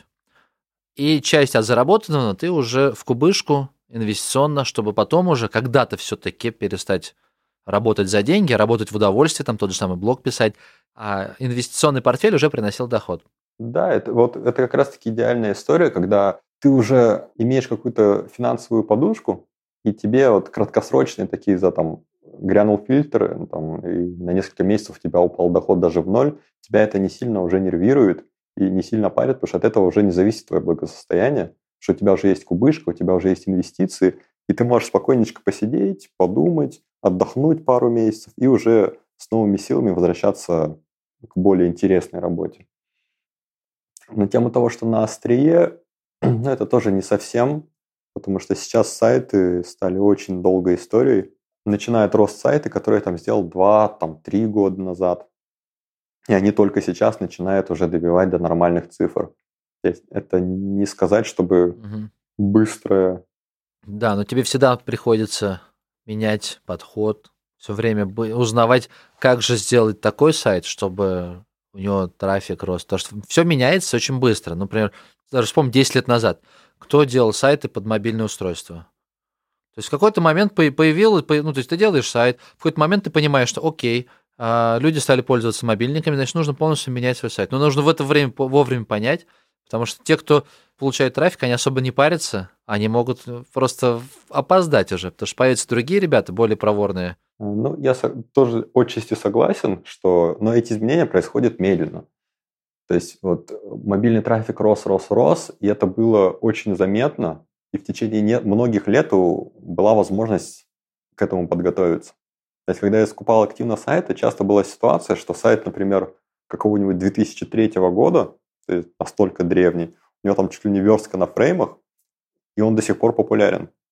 И часть от заработанного ты уже в кубышку инвестиционно, чтобы потом уже когда-то все-таки перестать работать за деньги, а работать в удовольствие, там тот же самый блог писать, а инвестиционный портфель уже приносил доход.
Да, это, вот, это как раз-таки идеальная история, когда ты уже имеешь какую-то финансовую подушку, и тебе вот краткосрочные такие за там грянул фильтр, ну, там, и на несколько месяцев у тебя упал доход даже в ноль, тебя это не сильно уже нервирует и не сильно парит, потому что от этого уже не зависит твое благосостояние, что у тебя уже есть кубышка, у тебя уже есть инвестиции, и ты можешь спокойненько посидеть, подумать, отдохнуть пару месяцев и уже с новыми силами возвращаться к более интересной работе. На тему того, что на острие, ну, это тоже не совсем, потому что сейчас сайты стали очень долгой историей. Начинает рост сайты, которые я там сделал два-три года назад. И они только сейчас начинают уже добивать до нормальных цифр. То есть это не сказать, чтобы
Мгм.
быстрое.
Да, но тебе всегда приходится менять подход, все время бы- узнавать, как же сделать такой сайт, чтобы у него трафик рос. Потому что все меняется очень быстро. Например, даже вспомни десять лет назад, кто делал сайты под мобильное устройство. То есть в какой-то момент по- появилось, по- ну, то есть ты делаешь сайт, в какой-то момент ты понимаешь, что окей, а, люди стали пользоваться мобильниками, значит, нужно полностью менять свой сайт. Но нужно в это время по- вовремя понять, потому что те, кто получает трафик, они особо не парятся, они могут просто опоздать уже, потому что появятся другие ребята, более проворные.
Ну, я со- тоже отчасти согласен, что, но эти изменения происходят медленно. То есть вот мобильный трафик рос, рос, рос, и это было очень заметно, и в течение не- многих лет у- была возможность к этому подготовиться. То есть когда я скупал активно сайты, часто была ситуация, что сайт, например, какого-нибудь две тысячи третьего года, то есть настолько древний, у него там чуть ли не верстка на фреймах, и он до сих пор популярен.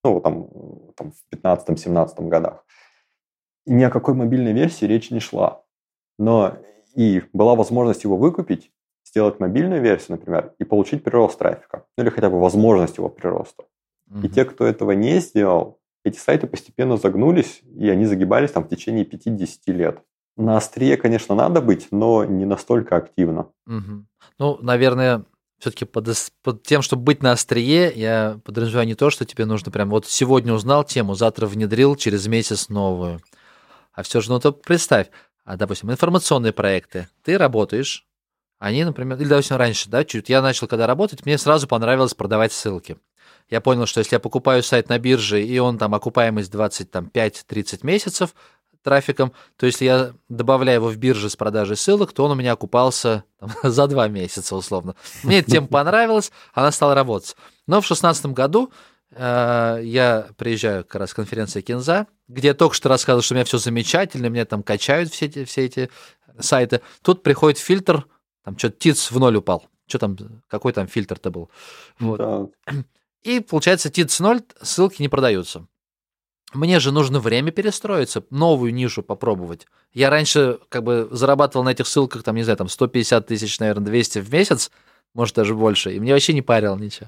ну, там, там в пятнадцатом-семнадцатом годах. И ни о какой мобильной версии речи не шла. Но и была возможность его выкупить, сделать мобильную версию, например, и получить прирост трафика. Ну, или хотя бы возможность его прироста. Mm-hmm. И те, кто этого не сделал, эти сайты постепенно загнулись, и они загибались там в течение пяти-десяти лет. На острие, конечно, надо быть, но не настолько активно.
Mm-hmm. Ну, наверное, все-таки под, под тем, чтобы быть на острие, я подразумеваю не то, что тебе нужно прям вот сегодня узнал тему, завтра внедрил, через месяц новую. А все же, ну, то представь, а, допустим, информационные проекты. Ты работаешь, они, например, или, допустим, раньше, да, чуть я начал когда работать, мне сразу понравилось продавать ссылки. Я понял, что если я покупаю сайт на бирже, и он там окупаемость двадцать пять-тридцать месяцев трафиком, то если я добавляю его в бирже с продажей ссылок, то он у меня окупался там, за два месяца, условно. Мне эта тема понравилась, она стала работать. Но в шестнадцатом году э, я приезжаю как раз с конференции Кинза, где я только что рассказывал, что у меня все замечательно, меня там качают все эти, все эти сайты. Тут приходит фильтр, там что-то тиц в ноль упал. Что там, какой там фильтр-то был? Вот. Да. И получается, тиц ноль, ссылки не продаются. Мне же нужно время перестроиться, новую нишу попробовать. Я раньше как бы зарабатывал на этих ссылках, там, не знаю, там сто пятьдесят тысяч, наверное, двести в месяц, может, даже больше, и мне вообще не парило ничего.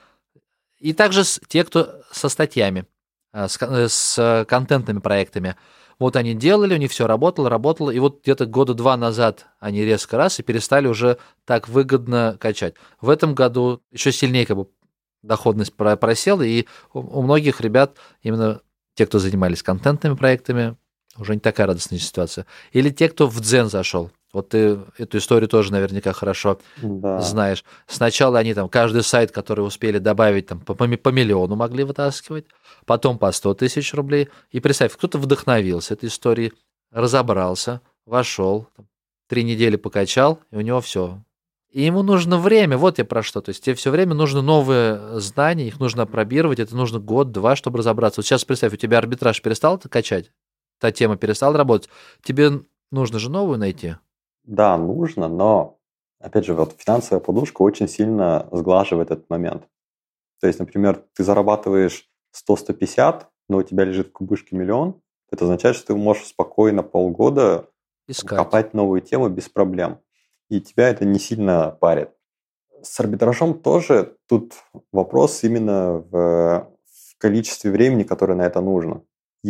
И также те, кто со статьями, с, с контентными проектами. Вот они делали, у них все работало, работало, и вот где-то года два назад они резко раз и перестали уже так выгодно качать. В этом году еще сильнее как бы доходность просела, и у многих ребят, именно те, кто занимались контентными проектами, уже не такая радостная ситуация. Или те, кто в Дзен зашел. Вот ты эту историю тоже наверняка хорошо да. знаешь. Сначала они там каждый сайт, который успели добавить, там, по, по миллиону могли вытаскивать, потом по сто тысяч рублей. И представь, кто-то вдохновился этой историей, разобрался, вошел, там, три недели покачал, и у него все. И ему нужно время, вот я про что. То есть тебе все время нужно новые знания, их нужно опробировать, это нужно год-два, чтобы разобраться. Вот сейчас представь, у тебя арбитраж перестал качать, та тема перестала работать, тебе нужно же новую найти.
Да, нужно, но, опять же, вот финансовая подушка очень сильно сглаживает этот момент. То есть, например, ты зарабатываешь сто - сто пятьдесят, но у тебя лежит в кубышке миллион, это означает, что ты можешь спокойно полгода Искать. копать новую тему без проблем. И тебя это не сильно парит. С арбитражом тоже тут вопрос именно в, в количестве времени, которое на это нужно.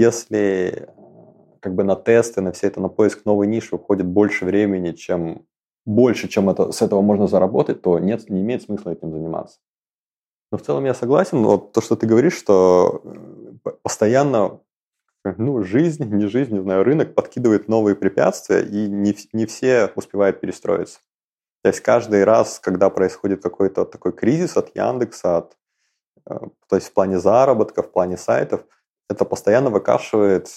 Если как бы на тесты, на все это, на поиск новой ниши уходит больше времени, чем больше, чем это, с этого можно заработать, то нет, не имеет смысла этим заниматься. Но в целом я согласен, вот то, что ты говоришь, что постоянно ну, жизнь, не жизнь, не знаю, рынок подкидывает новые препятствия, и не, не все успевают перестроиться. То есть каждый раз, когда происходит какой-то такой кризис от Яндекса, от, то есть в плане заработка, в плане сайтов, это постоянно выкашивает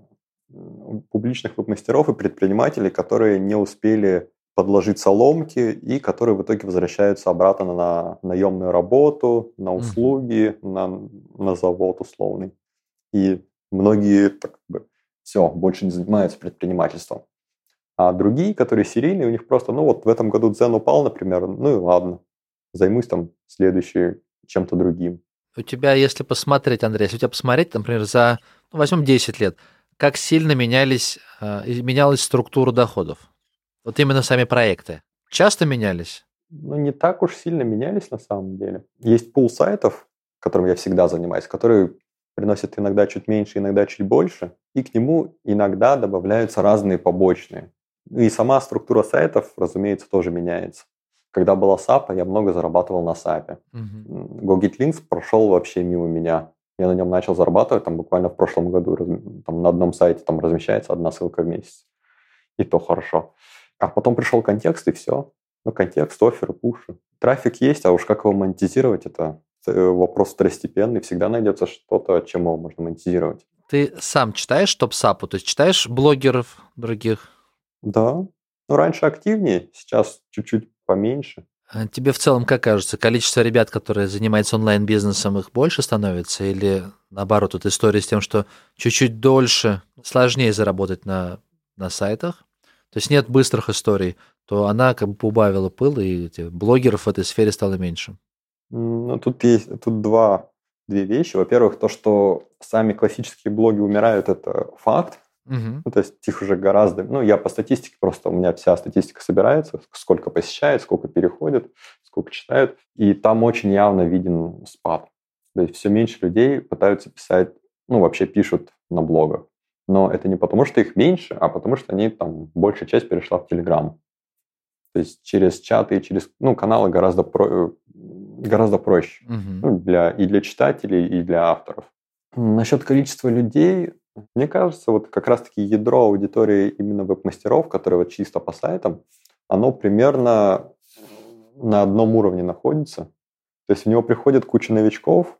публичных веб-мастеров и предпринимателей, которые не успели подложить соломки и которые в итоге возвращаются обратно на наемную работу, на услуги, mm-hmm. на, на завод условный. И многие так, как бы, все, больше не занимаются предпринимательством. А другие, которые серийные, у них просто, ну вот в этом году Дзен упал, например, ну и ладно, займусь там следующим чем-то другим.
У тебя, если посмотреть, Андрей, если у тебя посмотреть, например, за, ну, возьмем десять лет, как сильно менялись, менялась структура доходов? Вот именно сами проекты. Часто менялись?
Ну, не так уж сильно менялись на самом деле. Есть пул сайтов, которым я всегда занимаюсь, которые приносят иногда чуть меньше, иногда чуть больше, и к нему иногда добавляются разные побочные. И сама структура сайтов, разумеется, тоже меняется. Когда была сапа, я много зарабатывал на сапе. Uh-huh. GoGetLinks прошел вообще мимо меня. Я на нем начал зарабатывать там, буквально в прошлом году. Там, на одном сайте там, размещается одна ссылка в месяц. И то хорошо. А потом пришел контекст, и все. Ну, контекст, офферы, пуши. Трафик есть, а уж как его монетизировать, это вопрос второстепенный. Всегда найдется что-то, чем его можно монетизировать.
Ты сам читаешь топ-сапу? То есть читаешь блогеров других?
Да. Ну, раньше активнее, сейчас чуть-чуть поменьше.
А тебе в целом, как кажется, количество ребят, которые занимаются онлайн-бизнесом, их больше становится? Или наоборот, тут история с тем, что чуть-чуть дольше, сложнее заработать на, на сайтах? То есть нет быстрых историй, то она как бы поубавила пыл, и блогеров в этой сфере стало меньше.
Ну, тут есть тут два, две вещи. Во-первых, то, что сами классические блоги умирают, это факт.
Мгм.
Ну, то есть их уже гораздо... Ну, я по статистике просто... У меня вся статистика собирается, сколько посещает, сколько переходит, сколько читают. И там очень явно виден спад. То есть все меньше людей пытаются писать... Ну, вообще пишут на блогах. Но это не потому, что их меньше, а потому, что они там... Большая часть перешла в Telegram. То есть через чаты и через... Ну, каналы гораздо, про... гораздо проще.
Мгм.
Ну, для... И для читателей, и для авторов. Насчет количества людей... Мне кажется, вот как раз-таки ядро аудитории именно веб-мастеров, которые вот чисто по сайтам, оно примерно на одном уровне находится. То есть в него приходит куча новичков,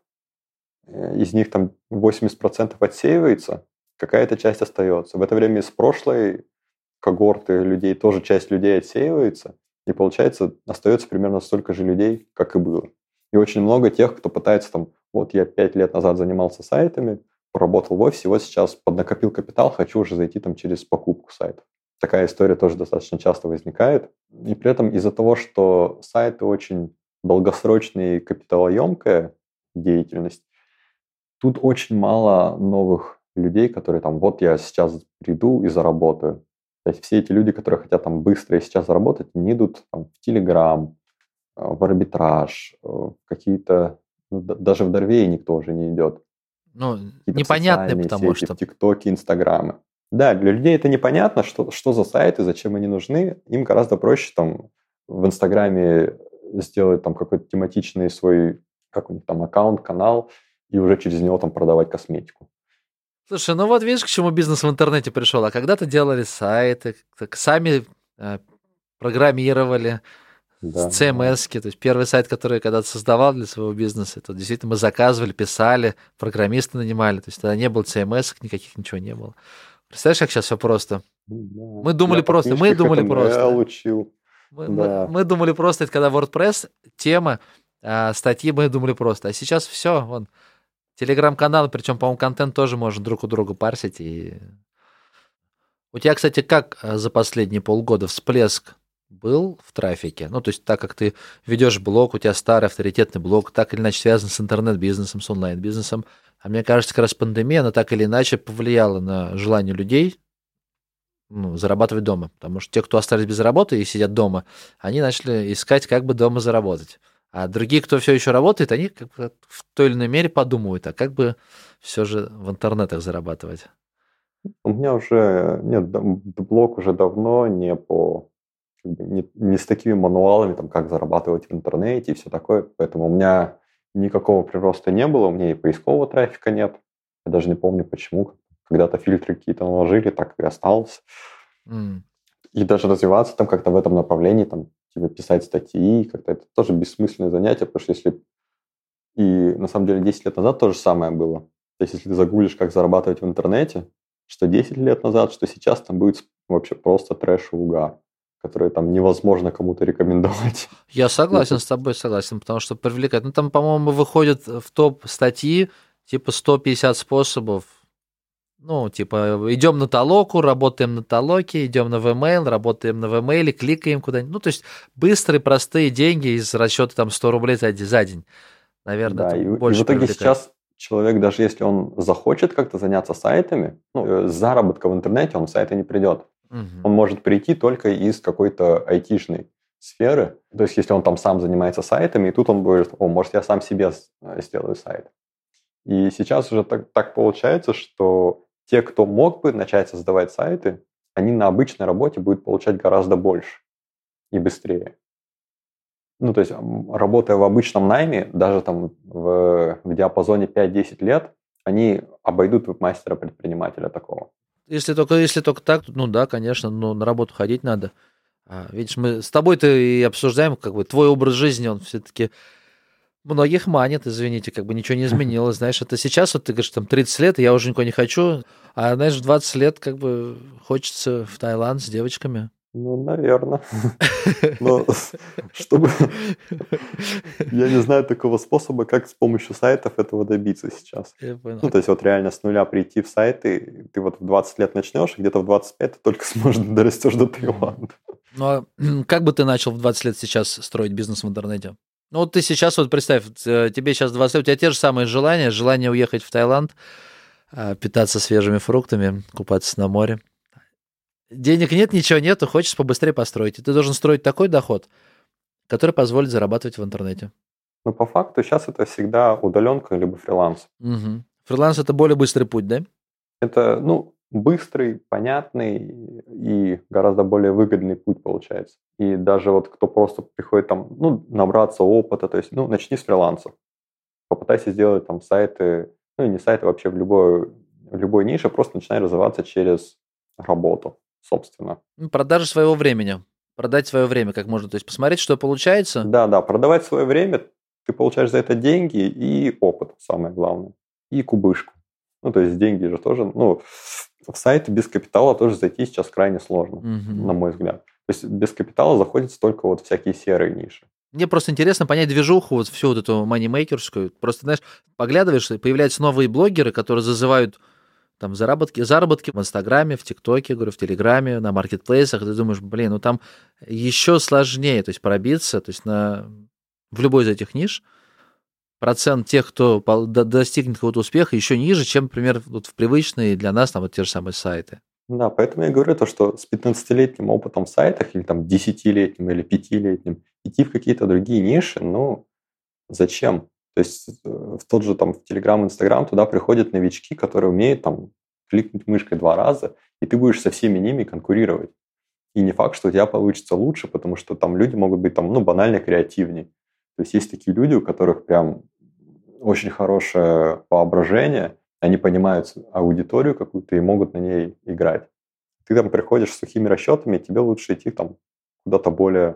э, из них там восемьдесят процентов отсеивается, какая-то часть остается. В это время из прошлой когорты людей тоже часть людей отсеивается, и получается остается примерно столько же людей, как и было. И очень много тех, кто пытается там, вот я пять лет назад занимался сайтами, поработал в офисе, вот сейчас поднакопил капитал, хочу уже зайти там через покупку сайта. Такая история тоже достаточно часто возникает. И при этом из-за того, что сайты очень долгосрочная и капиталоемкая деятельность, тут очень мало новых людей, которые там, вот я сейчас приду и заработаю. То есть все эти люди, которые хотят там быстро и сейчас заработать, не идут там, в Telegram, в арбитраж, в какие-то... Ну, д- даже в Дорвее никто уже не идет.
Ну,
Какие-то
непонятно,
социальные
потому
сети,
что...
в ТикТоке, Инстаграмы. Да, для людей это непонятно, что, что за сайты, зачем они нужны. Им гораздо проще там в Инстаграме сделать там какой-то тематичный свой, как у них там, аккаунт, канал, и уже через него там продавать косметику.
Слушай, ну вот видишь, к чему бизнес в интернете пришел. А когда-то делали сайты, так сами э, программировали,
Да.
си эм эс-ки. То есть первый сайт, который я когда-то создавал для своего бизнеса, это действительно мы заказывали, писали, программисты нанимали. То есть тогда не было си эм эс-ок, никаких, ничего не было. Представляешь, как сейчас все просто?
Да.
Мы думали
Я по
просто, мы
книжке
думали
эйч ти эм эл
просто.
учил.
Мы,
Да.
мы, мы думали просто, это когда WordPress, тема, а, статьи, мы думали просто. А сейчас все, вон, телеграм-каналы, причем, по-моему, контент тоже можно друг у друга парсить. И... У тебя, кстати, как а, за последние полгода всплеск был в трафике? Ну, то есть, так как ты ведешь блог, у тебя старый авторитетный блог, так или иначе связан с интернет-бизнесом, с онлайн-бизнесом. А мне кажется, как раз пандемия, она так или иначе повлияла на желание людей, ну, зарабатывать дома. Потому что те, кто остались без работы и сидят дома, они начали искать, как бы дома заработать. А другие, кто все еще работает, они как бы в той или иной мере подумывают, а как бы все же в интернетах зарабатывать.
У меня уже нет, да, блог уже давно не по как бы не, не с такими мануалами, там, как зарабатывать в интернете и все такое. Поэтому у меня никакого прироста не было, у меня и поискового трафика нет. Я даже не помню, почему. Когда-то фильтры какие-то наложили, так и осталось.
Mm.
И даже развиваться там как-то в этом направлении, там, типа писать статьи, как-то это тоже бессмысленное занятие, потому что если... И на самом деле десять лет назад то же самое было. То есть если ты загуглишь, как зарабатывать в интернете, что десять лет назад, что сейчас, там будет вообще просто трэш и угар, который там невозможно кому-то рекомендовать.
Я согласен с тобой, согласен, потому что привлекает. Ну, там, по-моему, выходят в топ статьи типа сто пятьдесят способов. Ну, типа, идем на толоку, работаем на толоке, идем на V-mail, работаем на V-mail, кликаем куда-нибудь. Ну, то есть быстрые, простые деньги из расчета там сто рублей за день. Наверное,
Да,
это
и,
больше
и в итоге
привлекает.
сейчас человек, даже если он захочет как-то заняться сайтами, ну, с заработка в интернете он в сайты не придет.
Угу.
Он может прийти только из какой-то айтишной сферы. То есть, если он там сам занимается сайтами, и тут он говорит, о, может, я сам себе сделаю сайт. И сейчас уже так, так получается, что те, кто мог бы начать создавать сайты, они на обычной работе будут получать гораздо больше и быстрее. Ну, то есть, работая в обычном найме, даже там в, в диапазоне пять-десять лет, они обойдут веб-мастера-предпринимателя такого.
Если только, если только так, ну да, конечно, но на работу ходить надо. А, видишь, мы с тобой-то и обсуждаем, как бы, твой образ жизни, он все-таки многих манит, извините, как бы ничего не изменилось. Знаешь, это сейчас, вот ты говоришь, там тридцать лет, и я уже никого не хочу, а, знаешь, в двадцать лет как бы хочется в Таиланд с девочками.
Ну, наверное. Но чтобы... Я не знаю такого способа, как с помощью сайтов этого добиться сейчас. Ну, то есть вот реально с нуля прийти в сайты, ты вот в двадцать лет начнешь, и где-то в двадцать пять ты только сможешь дорастешь до Таиланда.
Ну, а как бы ты начал в двадцать лет сейчас строить бизнес в интернете? Ну, вот ты сейчас, вот представь, тебе сейчас двадцать лет, у тебя те же самые желания, желание уехать в Таиланд, питаться свежими фруктами, купаться на море. Денег нет, ничего нету, хочешь побыстрее построить. И ты должен строить такой доход, который позволит зарабатывать в интернете.
Но по факту сейчас это всегда удаленка либо фриланс.
Угу. Фриланс – это более быстрый путь, да?
Это, ну, быстрый, понятный и гораздо более выгодный путь получается. И даже вот кто просто приходит там, ну, набраться опыта, то есть, ну, начни с фриланса. Попытайся сделать там сайты, ну, и не сайты, вообще в любой, в любой нише, просто начинай развиваться через работу, собственно.
Продажа своего времени. Продать свое время как можно, то есть посмотреть, что получается.
Да, да, продавать свое время, ты получаешь за это деньги и опыт, самое главное, и кубышку. Ну, то есть деньги же тоже, ну, в сайты без капитала тоже зайти сейчас крайне сложно, угу. на мой взгляд. То есть без капитала заходят только вот всякие серые ниши.
Мне просто интересно понять движуху, вот всю вот эту манимейкерскую. Просто, знаешь, поглядываешь, появляются новые блогеры, которые зазывают там заработки, заработки в Инстаграме, в ТикТоке, говорю, в Телеграме, на маркетплейсах. Ты думаешь, блин, ну там еще сложнее, то есть пробиться, то есть на... в любой из этих ниш процент тех, кто достигнет какого-то успеха, еще ниже, чем, например, вот в привычные для нас там вот те же самые сайты.
Да, поэтому я говорю то, что с пятнадцатилетним опытом в сайтах или там десятилетним или пятилетним идти в какие-то другие ниши, ну, зачем? То есть в тот же там в Telegram, Instagram туда приходят новички, которые умеют там кликнуть мышкой два раза, и ты будешь со всеми ними конкурировать. И не факт, что у тебя получится лучше, потому что там люди могут быть там, ну, банально креативнее. То есть есть такие люди, у которых прям очень хорошее воображение, они понимают аудиторию какую-то и могут на ней играть. Ты там приходишь с сухими расчетами, тебе лучше идти там куда-то более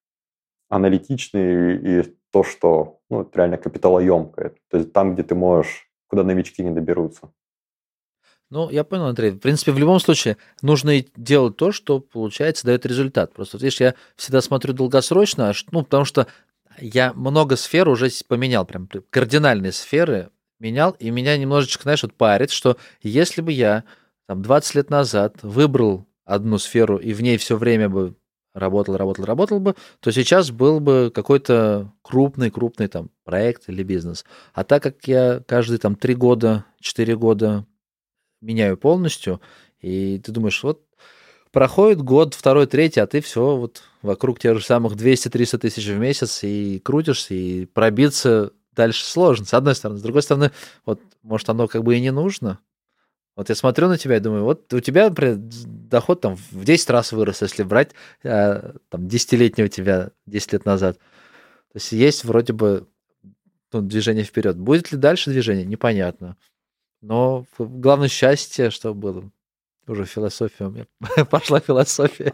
аналитичный и то, что, ну, это реально капиталоемкое. То есть там, где ты можешь, куда новички не доберутся.
Ну, я понял, Андрей. В принципе, в любом случае нужно делать то, что, получается, дает результат. Просто, видишь, я всегда смотрю долгосрочно, ну, потому что я много сфер уже поменял, прям кардинальные сферы менял, и меня немножечко, знаешь, вот парит, что если бы я там двадцать лет назад выбрал одну сферу и в ней все время бы работал, работал, работал бы, то сейчас был бы какой-то крупный, крупный там проект или бизнес. А так как я каждые там три года, четыре года меняю полностью, и ты думаешь, вот проходит год, второй, третий, а ты все вот вокруг тех же самых двести-триста тысяч в месяц и крутишься, и пробиться дальше сложно, с одной стороны. С другой стороны, вот, может, оно как бы и не нужно. Вот я смотрю на тебя и думаю, вот у тебя, например, доход там в десять раз вырос, если брать там десятилетнего тебя десять лет назад. То есть есть вроде бы, ну, движение вперед. Будет ли дальше движение, непонятно. Но главное счастье, что было. Уже философия у меня. Пошла философия.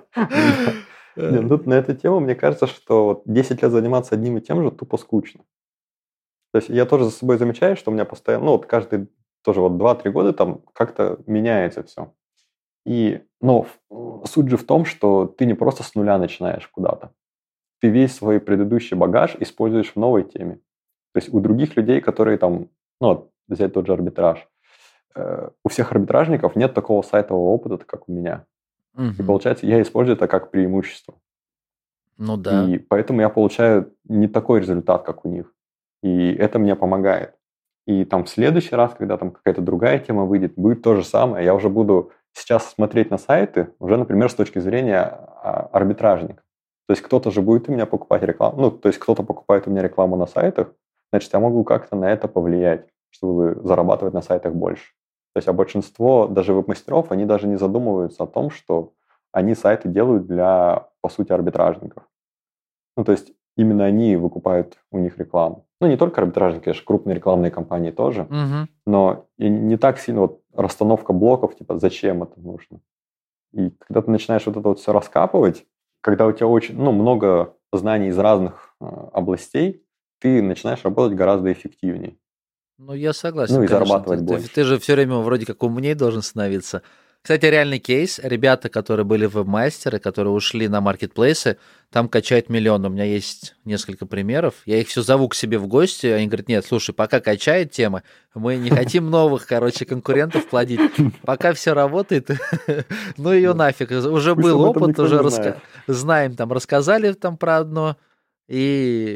Тут на эту тему, мне кажется, что десять лет заниматься одним и тем же тупо скучно. То есть я тоже за собой замечаю, что у меня постоянно, ну, вот каждый тоже вот два-три года там как-то меняется все. И, но суть же в том, что ты не просто с нуля начинаешь куда-то. Ты весь свой предыдущий багаж используешь в новой теме. То есть у других людей, которые там, ну, вот, взять тот же арбитраж, э, у всех арбитражников нет такого сайтового опыта, как у меня. Угу. И получается, я использую это как преимущество.
Ну да.
И поэтому я получаю не такой результат, как у них. И это мне помогает. И там в следующий раз, когда там какая-то другая тема выйдет, будет то же самое. Я уже буду сейчас смотреть на сайты, уже, например, с точки зрения арбитражника. То есть кто-то же будет у меня покупать рекламу. Ну, то есть кто-то покупает у меня рекламу на сайтах, значит, я могу как-то на это повлиять, чтобы зарабатывать на сайтах больше. То есть, а большинство даже веб-мастеров, они даже не задумываются о том, что они сайты делают для, по сути, арбитражников. Ну, то есть именно они выкупают у них рекламу. Ну, не только арбитражники, конечно, крупные рекламные компании тоже,
угу.
но и не так сильно вот расстановка блоков, типа, зачем это нужно. И когда ты начинаешь вот это вот все раскапывать, когда у тебя очень, ну, много знаний из разных э, областей, ты начинаешь работать гораздо эффективнее.
Ну, я согласен.
Ну, и
конечно.
зарабатывать
ты,
больше.
Ты, ты же все время вроде как умнее должен становиться. Кстати, реальный кейс. Ребята, которые были веб-мастеры, которые ушли на маркетплейсы, там качают миллион. У меня есть несколько примеров. Я их все зову к себе в гости. Они говорят, нет, слушай, пока качает тема, мы не хотим новых, короче, конкурентов плодить. Пока все работает, ну ее нафиг. Уже был опыт, уже знаем, там рассказали там про одно, и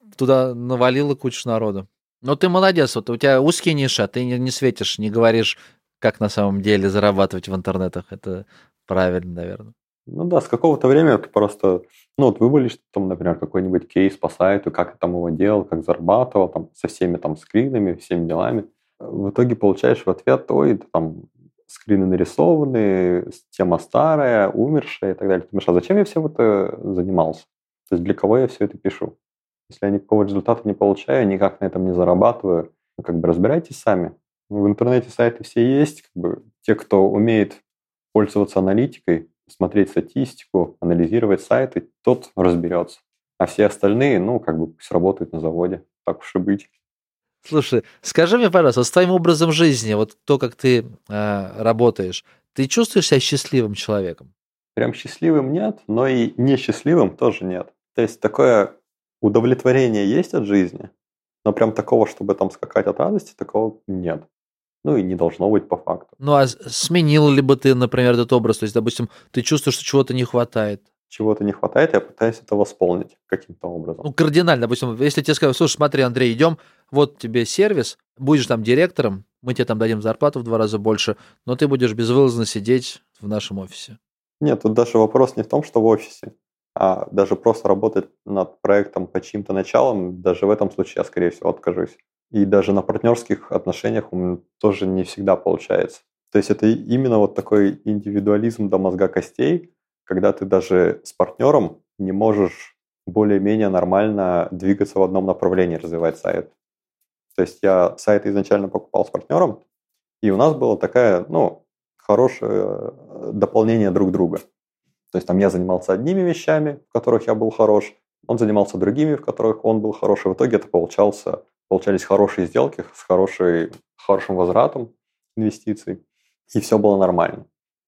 туда навалило кучу народу. Но ты молодец, вот у тебя узкие ниши, а ты не, не светишь, не говоришь, как на самом деле зарабатывать в интернетах. Это правильно, наверное.
Ну да, с какого-то времени ты просто, ну вот вывалишь там, например, какой-нибудь кейс по сайту, как я там его делал, как зарабатывал, там, со всеми там скринами, всеми делами. В итоге получаешь в ответ, ой, там скрины нарисованы, тема старая, умершая и так далее. Ты думаешь, а зачем я всем это занимался? То есть для кого я все это пишу? Если я никакого результата не получаю, никак на этом не зарабатываю, ну, как бы разбирайтесь сами. В интернете сайты все есть, как бы те, кто умеет пользоваться аналитикой, смотреть статистику, анализировать сайты, тот разберется. А все остальные, ну, как бы пусть работают на заводе, так уж и быть.
Слушай, скажи мне, пожалуйста, с твоим образом жизни, вот то, как ты э, работаешь, ты чувствуешь себя счастливым человеком?
Прям счастливым нет, но и несчастливым тоже нет. То есть такое удовлетворение есть от жизни, но прям такого, чтобы там скакать от радости, такого нет. Ну и не должно быть по факту.
Ну а сменил ли бы ты, например, этот образ? То есть, допустим, ты чувствуешь, что чего-то не хватает?
Чего-то не хватает, я пытаюсь это восполнить каким-то образом.
Ну, кардинально. Допустим, если тебе скажут, слушай, смотри, Андрей, идем, вот тебе сервис, будешь там директором, мы тебе там дадим зарплату в два раза больше, но ты будешь безвылазно сидеть в нашем офисе.
Нет, тут даже вопрос не в том, что в офисе, а даже просто работать над проектом по чьим-то началам, даже в этом случае я, скорее всего, откажусь. И даже на партнерских отношениях у меня тоже не всегда получается. То есть это именно вот такой индивидуализм до мозга костей, когда ты даже с партнером не можешь более-менее нормально двигаться в одном направлении, развивать сайт. То есть я сайт изначально покупал с партнером, и у нас было такое, ну, хорошее дополнение друг друга. То есть там я занимался одними вещами, в которых я был хорош, он занимался другими, в которых он был хорош, и в итоге это получался, получались хорошие сделки с хорошей, хорошим возвратом инвестиций, и все было нормально.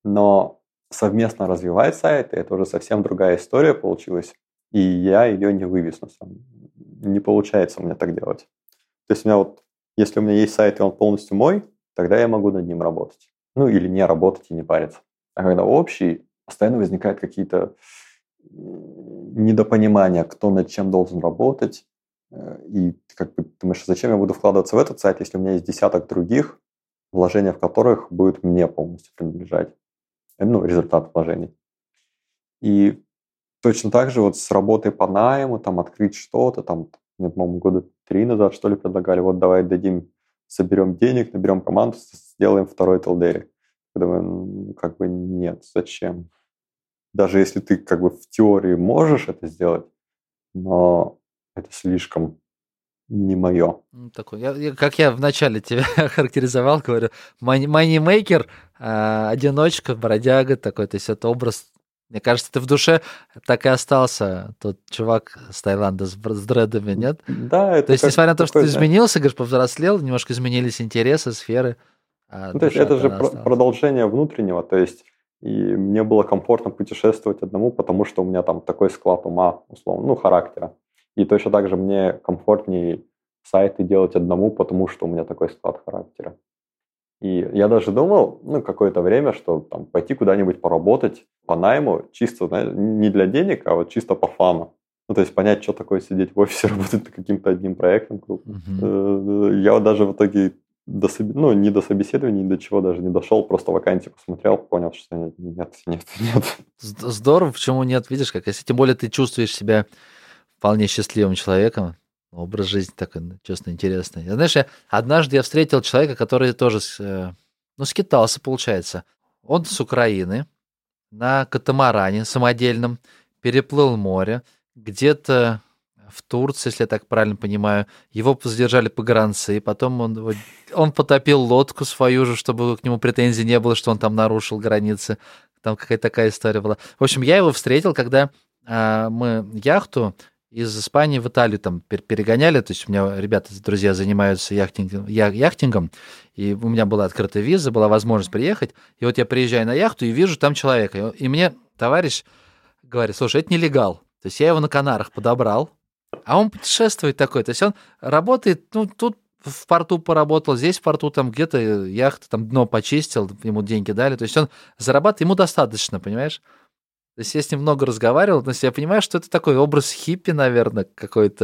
Но совместно развивать сайты, это уже совсем другая история получилась, и я ее не вывез на самом деле. Не получается у меня так делать. То есть у меня вот, если у меня есть сайт, и он полностью мой, тогда я могу над ним работать. Ну, или не работать и не париться. А когда общий, постоянно возникают какие-то недопонимания, кто над чем должен работать. И ты как бы думаешь, зачем я буду вкладываться в этот сайт, если у меня есть десяток других, вложения в которых будет мне полностью принадлежать. Ну, результат вложений. И точно так же вот с работой по найму, там, открыть что-то, там, мне, по-моему, года три назад, что ли, предлагали, вот давай дадим, соберем денег, наберем команду, сделаем второй Телдери. Я думаю, ну, как бы нет, зачем? Даже если ты как бы в теории можешь это сделать, но это слишком не мое.
Ну, такой, я, я, как я вначале тебя характеризовал, говорю, манимейкер, э, одиночка, бродяга такой, то есть это образ, мне кажется, ты в душе так и остался, тот чувак с Таиланда с, с дредами, нет?
Да, это
то есть, несмотря на то, что ты
да.
изменился, говоришь, повзрослел, немножко изменились интересы, сферы.
А ну, то есть это же про- продолжение внутреннего, то есть и мне было комфортно путешествовать одному, потому что у меня там такой склад ума, условно, ну, характера. И точно так же мне комфортнее сайты делать одному, потому что у меня такой склад характера. И я даже думал, ну, какое-то время, что там пойти куда-нибудь поработать по найму, чисто, знаешь, не для денег, а вот чисто по фану. Ну, то есть понять, что такое сидеть в офисе, работать над каким-то одним проектом. Mm-hmm. Я вот даже в итоге до, ну, не до собеседования, ни до чего даже не дошел, просто вакансию посмотрел, понял, что нет, нет, нет, нет.
Здорово, почему нет, видишь, как, если тем более ты чувствуешь себя вполне счастливым человеком, образ жизни такой, честно, интересный. Я, знаешь, я, однажды я встретил человека, который тоже, ну, скитался, получается. Он с Украины на катамаране самодельном переплыл море, где-то в Турции, если я так правильно понимаю, его задержали погранцы, потом он, он потопил лодку свою же, чтобы к нему претензий не было, что он там нарушил границы. Там какая-то такая история была. В общем, я его встретил, когда а, мы яхту из Испании в Италию там перегоняли, то есть у меня ребята, друзья, занимаются яхтингом, яхтингом, и у меня была открыта виза, была возможность приехать, и вот я приезжаю на яхту и вижу там человека, и мне товарищ говорит, слушай, это нелегал, то есть я его на Канарах подобрал, а он путешествует такой, то есть он работает, ну, тут в порту поработал, здесь в порту там где-то яхта, там дно почистил, ему деньги дали, то есть он зарабатывает, ему достаточно, понимаешь? То есть я с ним много разговаривал, то есть я понимаю, что это такой образ хиппи, наверное, какой-то.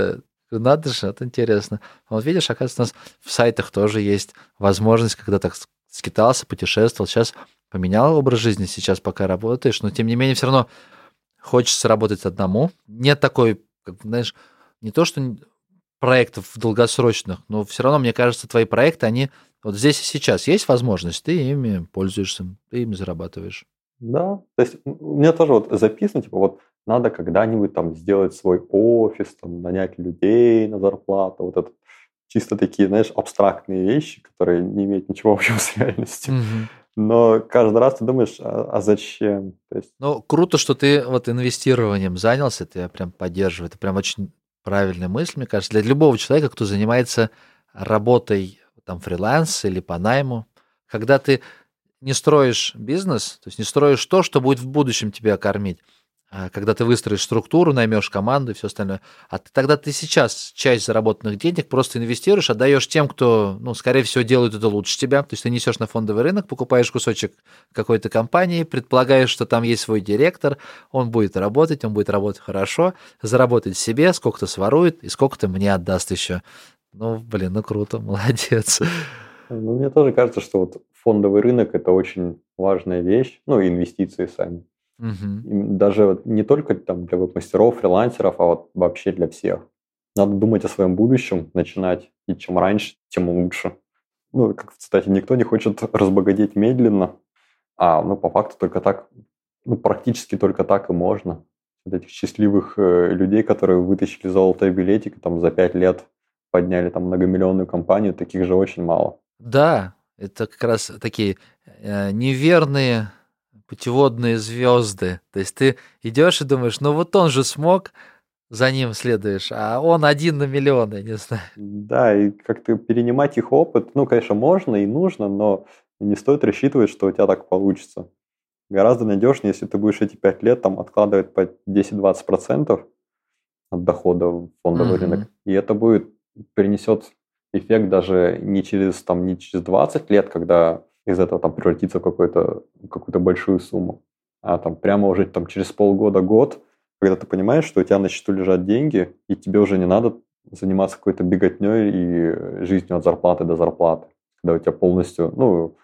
Надо же, это интересно. Вот видишь, оказывается, у нас в сайтах тоже есть возможность, когда так скитался, путешествовал, сейчас поменял образ жизни, сейчас пока работаешь, но тем не менее все равно хочется работать одному. Нет такой, как, знаешь, не то, что проектов долгосрочных, но все равно, мне кажется, твои проекты, они вот здесь и сейчас есть возможность, ты ими пользуешься, ты ими зарабатываешь.
Да, то есть у меня тоже вот записано, типа вот надо когда-нибудь там сделать свой офис, там нанять людей на зарплату, вот это чисто такие, знаешь, абстрактные вещи, которые не имеют ничего общего с реальностью.
Мгм.
Но каждый раз ты думаешь, а, а зачем? То есть,
Ну, круто, что ты вот инвестированием занялся, это я прям поддерживаю, это прям очень правильная мысль, мне кажется, для любого человека, кто занимается работой там фриланс или по найму, когда ты не строишь бизнес, то есть не строишь то, что будет в будущем тебя кормить, а когда ты выстроишь структуру, наймешь команду и все остальное, а ты, тогда ты сейчас часть заработанных денег просто инвестируешь, отдаешь тем, кто, ну, скорее всего, делает это лучше тебя, то есть ты несешь на фондовый рынок, покупаешь кусочек какой-то компании, предполагаешь, что там есть свой директор, он будет работать, он будет работать хорошо, заработает себе, сколько-то сворует и сколько-то мне отдаст еще. Ну, блин, ну круто, молодец.
ну, мне тоже кажется, что вот фондовый рынок – это очень важная вещь, ну, и инвестиции сами.
Мгм.
И даже вот не только там для веб-мастеров, фрилансеров, а вот вообще для всех. Надо думать о своем будущем, начинать, и чем раньше, тем лучше. Ну, как в цитате, никто не хочет разбогатеть медленно, а, ну, по факту только так, ну, практически только так и можно. Вот этих счастливых э, людей, которые вытащили золотой билетик, и там за пять лет подняли там многомиллионную компанию, таких же очень мало.
Да, это как раз такие э, неверные путеводные звезды. То есть ты идешь и думаешь, ну вот он же смог, за ним следуешь, а он один на миллион, я не знаю.
Да, и как-то перенимать их опыт, ну, конечно, можно и нужно, но не стоит рассчитывать, что у тебя так получится. Гораздо надежнее, если ты будешь эти пять лет там откладывать по десять-двадцать процентов от дохода в фондовый
Мгм.
рынок, и это будет принесет эффект даже не через, там, не через двадцать лет, когда из этого там превратится в какую-то, какую-то большую сумму, а там прямо уже там, через полгода-год, когда ты понимаешь, что у тебя на счету лежат деньги, и тебе уже не надо заниматься какой-то беготней и жизнью от зарплаты до зарплаты, когда у тебя полностью, ну,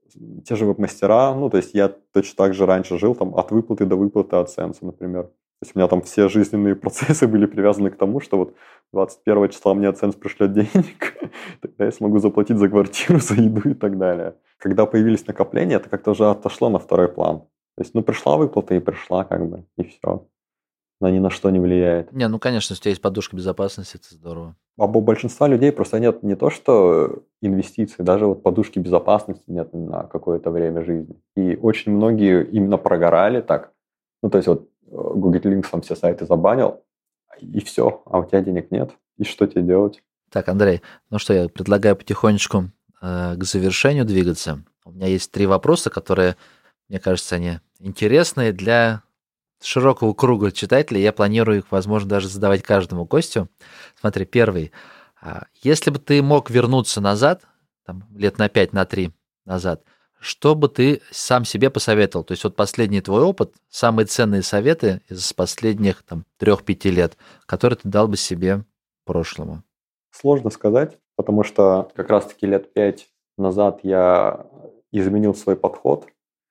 те же веб-мастера, ну, то есть я точно так же раньше жил там от выплаты до выплаты AdSense, например. То есть у меня там все жизненные процессы были привязаны к тому, что вот двадцать первого числа мне AdSense пришлет денег, тогда я смогу заплатить за квартиру, за еду и так далее. Когда появились накопления, это как-то уже отошло на второй план. То есть, ну, пришла выплата и пришла, как бы, и все. Она ни на что не влияет.
Не, ну, конечно, если у тебя есть подушка безопасности, это здорово.
А у большинства людей просто нет не то, что инвестиций, даже вот подушки безопасности нет на какое-то время жизни. И очень многие именно прогорали так. Ну, то есть вот Google Links там все сайты забанил, и все, а у тебя денег нет. И что тебе делать?
Так, Андрей, ну что, я предлагаю потихонечку э, к завершению двигаться. У меня есть три вопроса, которые, мне кажется, они интересные для широкого круга читателей. Я планирую их, возможно, даже задавать каждому гостю. Смотри, первый. А, Если бы ты мог вернуться назад, там, лет на пять, на три назад, что бы ты сам себе посоветовал? То есть вот последний твой опыт, самые ценные советы из последних там трех-пяти лет, которые ты дал бы себе прошлому.
Сложно сказать, потому что как раз-таки лет пять назад я изменил свой подход.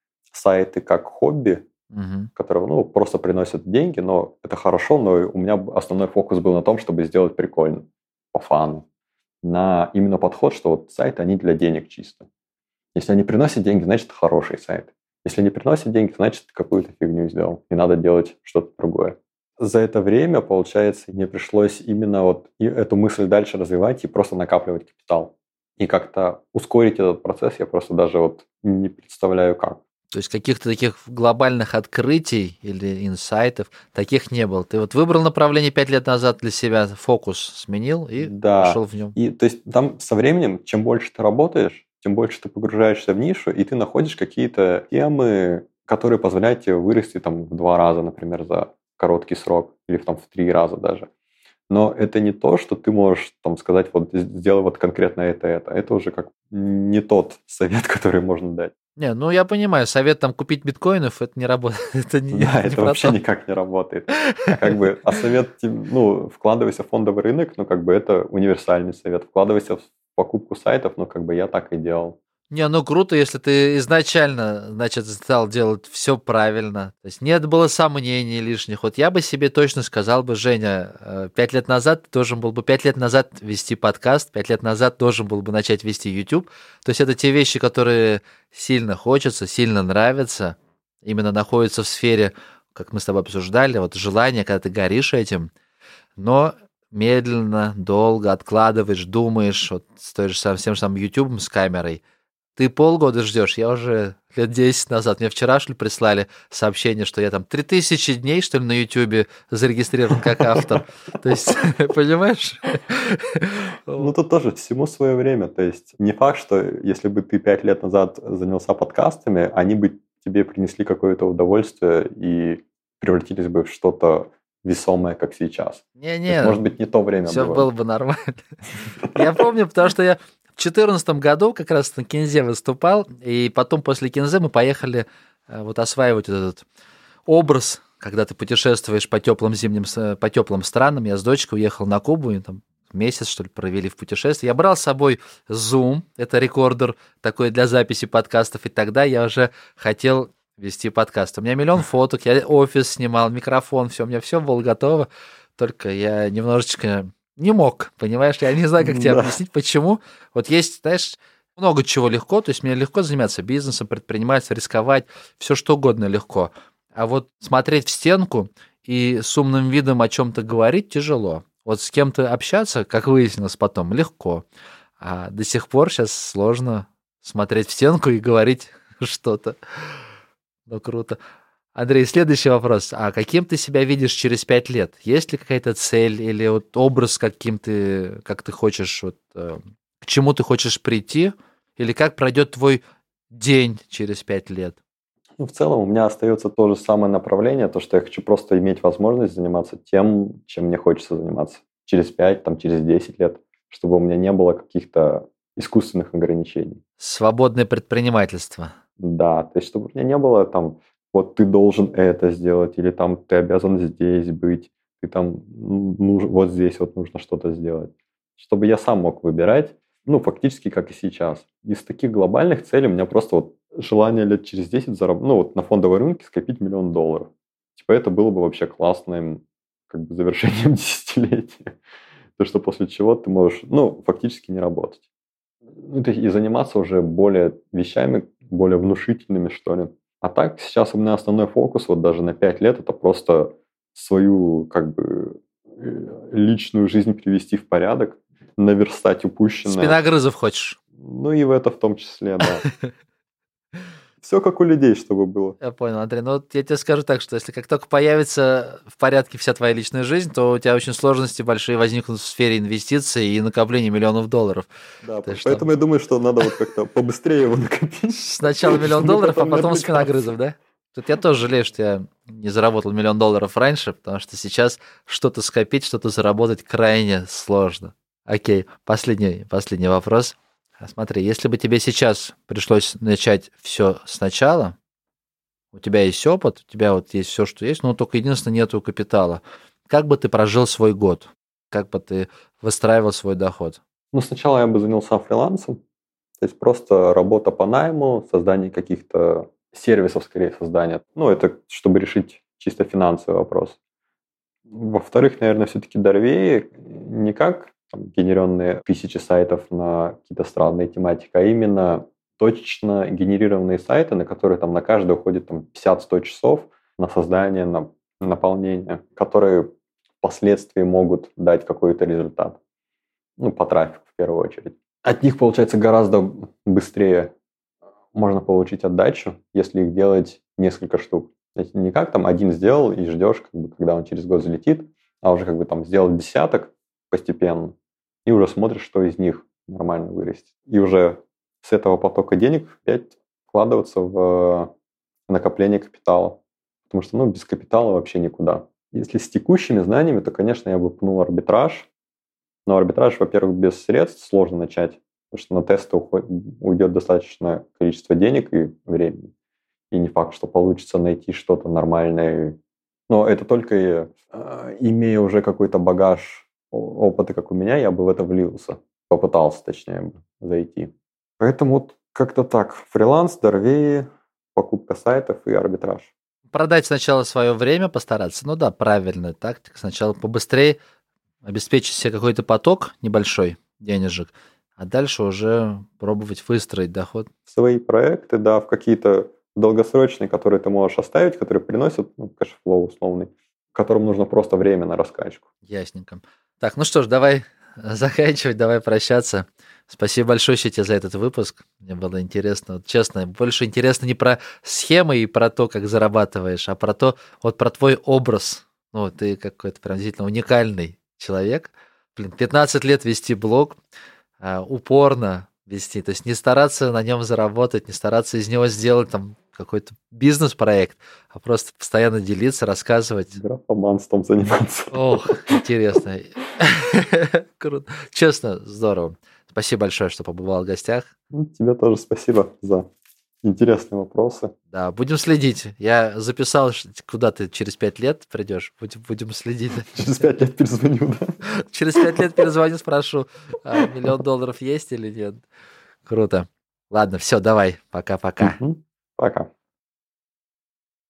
Сайты как хобби,
Мгм.
которые, ну, просто приносят деньги, но это хорошо, но у меня основной фокус был на том, чтобы сделать прикольно, по фану. На именно подход, что вот сайты, они для денег чисто. Если они приносят деньги, значит, это хороший сайт. Если не приносят деньги, значит, ты какую-то фигню сделал, и надо делать что-то другое. За это время, получается, мне пришлось именно вот и эту мысль дальше развивать и просто накапливать капитал. И как-то ускорить этот процесс я просто даже вот не представляю как.
То есть каких-то таких глобальных открытий или инсайтов таких не было. Ты вот выбрал направление пять лет назад для себя, фокус сменил и
Да.
пошел в нем.
И то есть там со временем, чем больше ты работаешь, тем больше ты погружаешься в нишу, и ты находишь какие-то темы, которые позволяют тебе вырасти там в два раза, например, за короткий срок, или там в три раза даже. Но это не то, что ты можешь там сказать, вот сделай вот конкретно это, это. Это уже как не тот совет, который можно дать.
Не, ну я понимаю, совет там купить биткоинов, это не работает. Это не,
Да,
не
это
про
вообще
то.
никак не работает. А как бы, а совет, ну, вкладывайся в фондовый рынок, ну, как бы это универсальный совет. Вкладывайся в покупку сайтов, ну, как бы я так и делал.
Не, ну круто, если ты изначально, значит, стал делать все правильно. То есть нет было сомнений лишних. Вот я бы себе точно сказал бы, Женя, э, пять лет назад ты должен был бы пять лет назад вести подкаст, пять лет назад должен был бы начать вести YouTube. То есть это те вещи, которые сильно хочется, сильно нравятся, именно находятся в сфере, как мы с тобой обсуждали, вот желание, когда ты горишь этим, но медленно, долго откладываешь, думаешь, вот с той же самым, с тем же самым YouTube с камерой. Ты полгода ждешь, я уже лет десять назад, мне вчера, что ли, прислали сообщение, что я там три тысячи дней, что ли, на Ютубе зарегистрирован как автор. То есть, понимаешь?
Ну, тут тоже всему свое время. То есть не факт, что если бы ты пять лет назад занялся подкастами, они бы тебе принесли какое-то удовольствие и превратились бы в что-то весомое, как сейчас.
Не-не,
может быть, не то время
все
было.
было бы нормально. Я помню, потому что я в две тысячи четырнадцатом году как раз на Кинзе выступал, и потом после Кинзе мы поехали вот осваивать этот образ, когда ты путешествуешь по теплым зимним, по теплым странам. Я с дочкой уехал на Кубу, и там месяц, что ли, провели в путешествии. Я брал с собой Zoom, это рекордер такой для записи подкастов, и тогда я уже хотел вести подкаст. У меня миллион фоток, я офис снимал, микрофон, все, у меня все было готово, только я немножечко не мог, понимаешь? Я не знаю, как тебе
Да.
объяснить, почему. Вот есть, знаешь, много чего легко, то есть мне легко заниматься бизнесом, предпринимательством, рисковать, все что угодно легко. А вот смотреть в стенку и с умным видом о чем-то говорить тяжело. Вот с кем-то общаться, как выяснилось потом, легко. А до сих пор сейчас сложно смотреть в стенку и говорить что-то. Ну, круто. Андрей, следующий вопрос. А каким ты себя видишь через пять лет? Есть ли какая-то цель или вот образ, каким ты, как ты хочешь, вот, э, к чему ты хочешь прийти? Или как пройдет твой день через пять лет?
Ну, в целом у меня остается то же самое направление, то, что я хочу просто иметь возможность заниматься тем, чем мне хочется заниматься через пять, там, через десять лет, чтобы у меня не было каких-то искусственных ограничений.
Свободное предпринимательство.
Да, то есть чтобы у меня не было там, вот ты должен это сделать, или там ты обязан здесь быть, ты там, нуж, вот здесь вот нужно что-то сделать. Чтобы я сам мог выбирать, ну, фактически, как и сейчас. Из таких глобальных целей у меня просто вот желание лет через десять заработать, ну, вот на фондовой рынке скопить миллион долларов. Типа это было бы вообще классным как бы завершением десятилетия. То, что после чего ты можешь, ну, фактически не работать. Ну, и заниматься уже более вещами, более внушительными, что ли. А так, сейчас у меня основной фокус, вот даже на пять лет, это просто свою, как бы, личную жизнь привести в порядок, наверстать упущенное.
Спиногрызов хочешь?
Ну, и в это в том числе, да. Все как у людей, чтобы было.
Я понял, Андрей. Ну, вот я тебе скажу так, что если как только появится в порядке вся твоя личная жизнь, то у тебя очень сложности большие возникнут в сфере инвестиций и накопления миллионов долларов.
Да,
То есть,
поэтому
что...
я думаю, что надо вот как-то побыстрее его накопить.
Сначала миллион долларов, а потом спиногрызов, да? Тут я тоже жалею, что я не заработал миллион долларов раньше, потому что сейчас что-то скопить, что-то заработать крайне сложно. Окей, последний, последний вопрос. Смотри, если бы тебе сейчас пришлось начать все сначала, у тебя есть опыт, у тебя вот есть все, что есть, но только единственное, нету капитала. Как бы ты прожил свой год? Как бы ты выстраивал свой доход?
Ну, сначала я бы занялся фрилансом, то есть просто работа по найму, создание каких-то сервисов, скорее, создания. Ну, это чтобы решить чисто финансовый вопрос. Во-вторых, наверное, все-таки Дорвей не как там, генерированные тысячи сайтов на какие-то странные тематики, а именно точечно генерированные сайты, на которые там на каждый уходит там, пятьдесят-сто часов на создание, на наполнение, которые впоследствии могут дать какой-то результат. Ну, по трафику в первую очередь. От них, получается, гораздо быстрее можно получить отдачу, если их делать несколько штук. Не как там один сделал и ждешь, как бы, когда он через год залетит, а уже как бы там сделал десяток постепенно, и уже смотришь, что из них нормально вырастет. И уже с этого потока денег опять вкладываться в накопление капитала. Потому что, ну, без капитала вообще никуда. Если с текущими знаниями, то, конечно, я бы пнул арбитраж. Но арбитраж, во-первых, без средств сложно начать, потому что на тесты уходит, уйдет достаточное количество денег и времени. И не факт, что получится найти что-то нормальное. Но это только и, э, имея уже какой-то багаж опыта, как у меня, я бы в это влился. Попытался, точнее, зайти. Поэтому вот как-то так. Фриланс, дорвеи, покупка сайтов и арбитраж.
Продать сначала свое время, постараться. Ну да, правильная тактика. Сначала побыстрее обеспечить себе какой-то поток небольшой денежек, а дальше уже пробовать выстроить доход.
Свои проекты, да, в какие-то долгосрочные, которые ты можешь оставить, которые приносят, ну, кэшфлоу условный, которым нужно просто время на раскачку.
Ясненько. Так, ну что ж, давай заканчивать, давай прощаться. Спасибо большое тебе за этот выпуск. Мне было интересно, вот честно, больше интересно не про схемы и про то, как зарабатываешь, а про то, вот про твой образ. Ну, ты какой-то прям действительно уникальный человек. Блин, пятнадцать лет вести блог, а, упорно вести, то есть не стараться на нем заработать, не стараться из него сделать там какой-то бизнес-проект, а просто постоянно делиться, рассказывать.
Графоманством заниматься.
Ох, интересно. Круто. Честно, здорово. Спасибо большое, что побывал в гостях.
Ну, тебе тоже спасибо за интересные вопросы.
Да, будем следить. Я записал, куда ты через пять лет придешь. Будем, будем следить.
Через пять лет перезвоню, да?
Через пять лет перезвоню, спрошу, а миллион долларов есть или нет. Круто. Ладно, все, давай. Пока-пока.
Угу. Пока.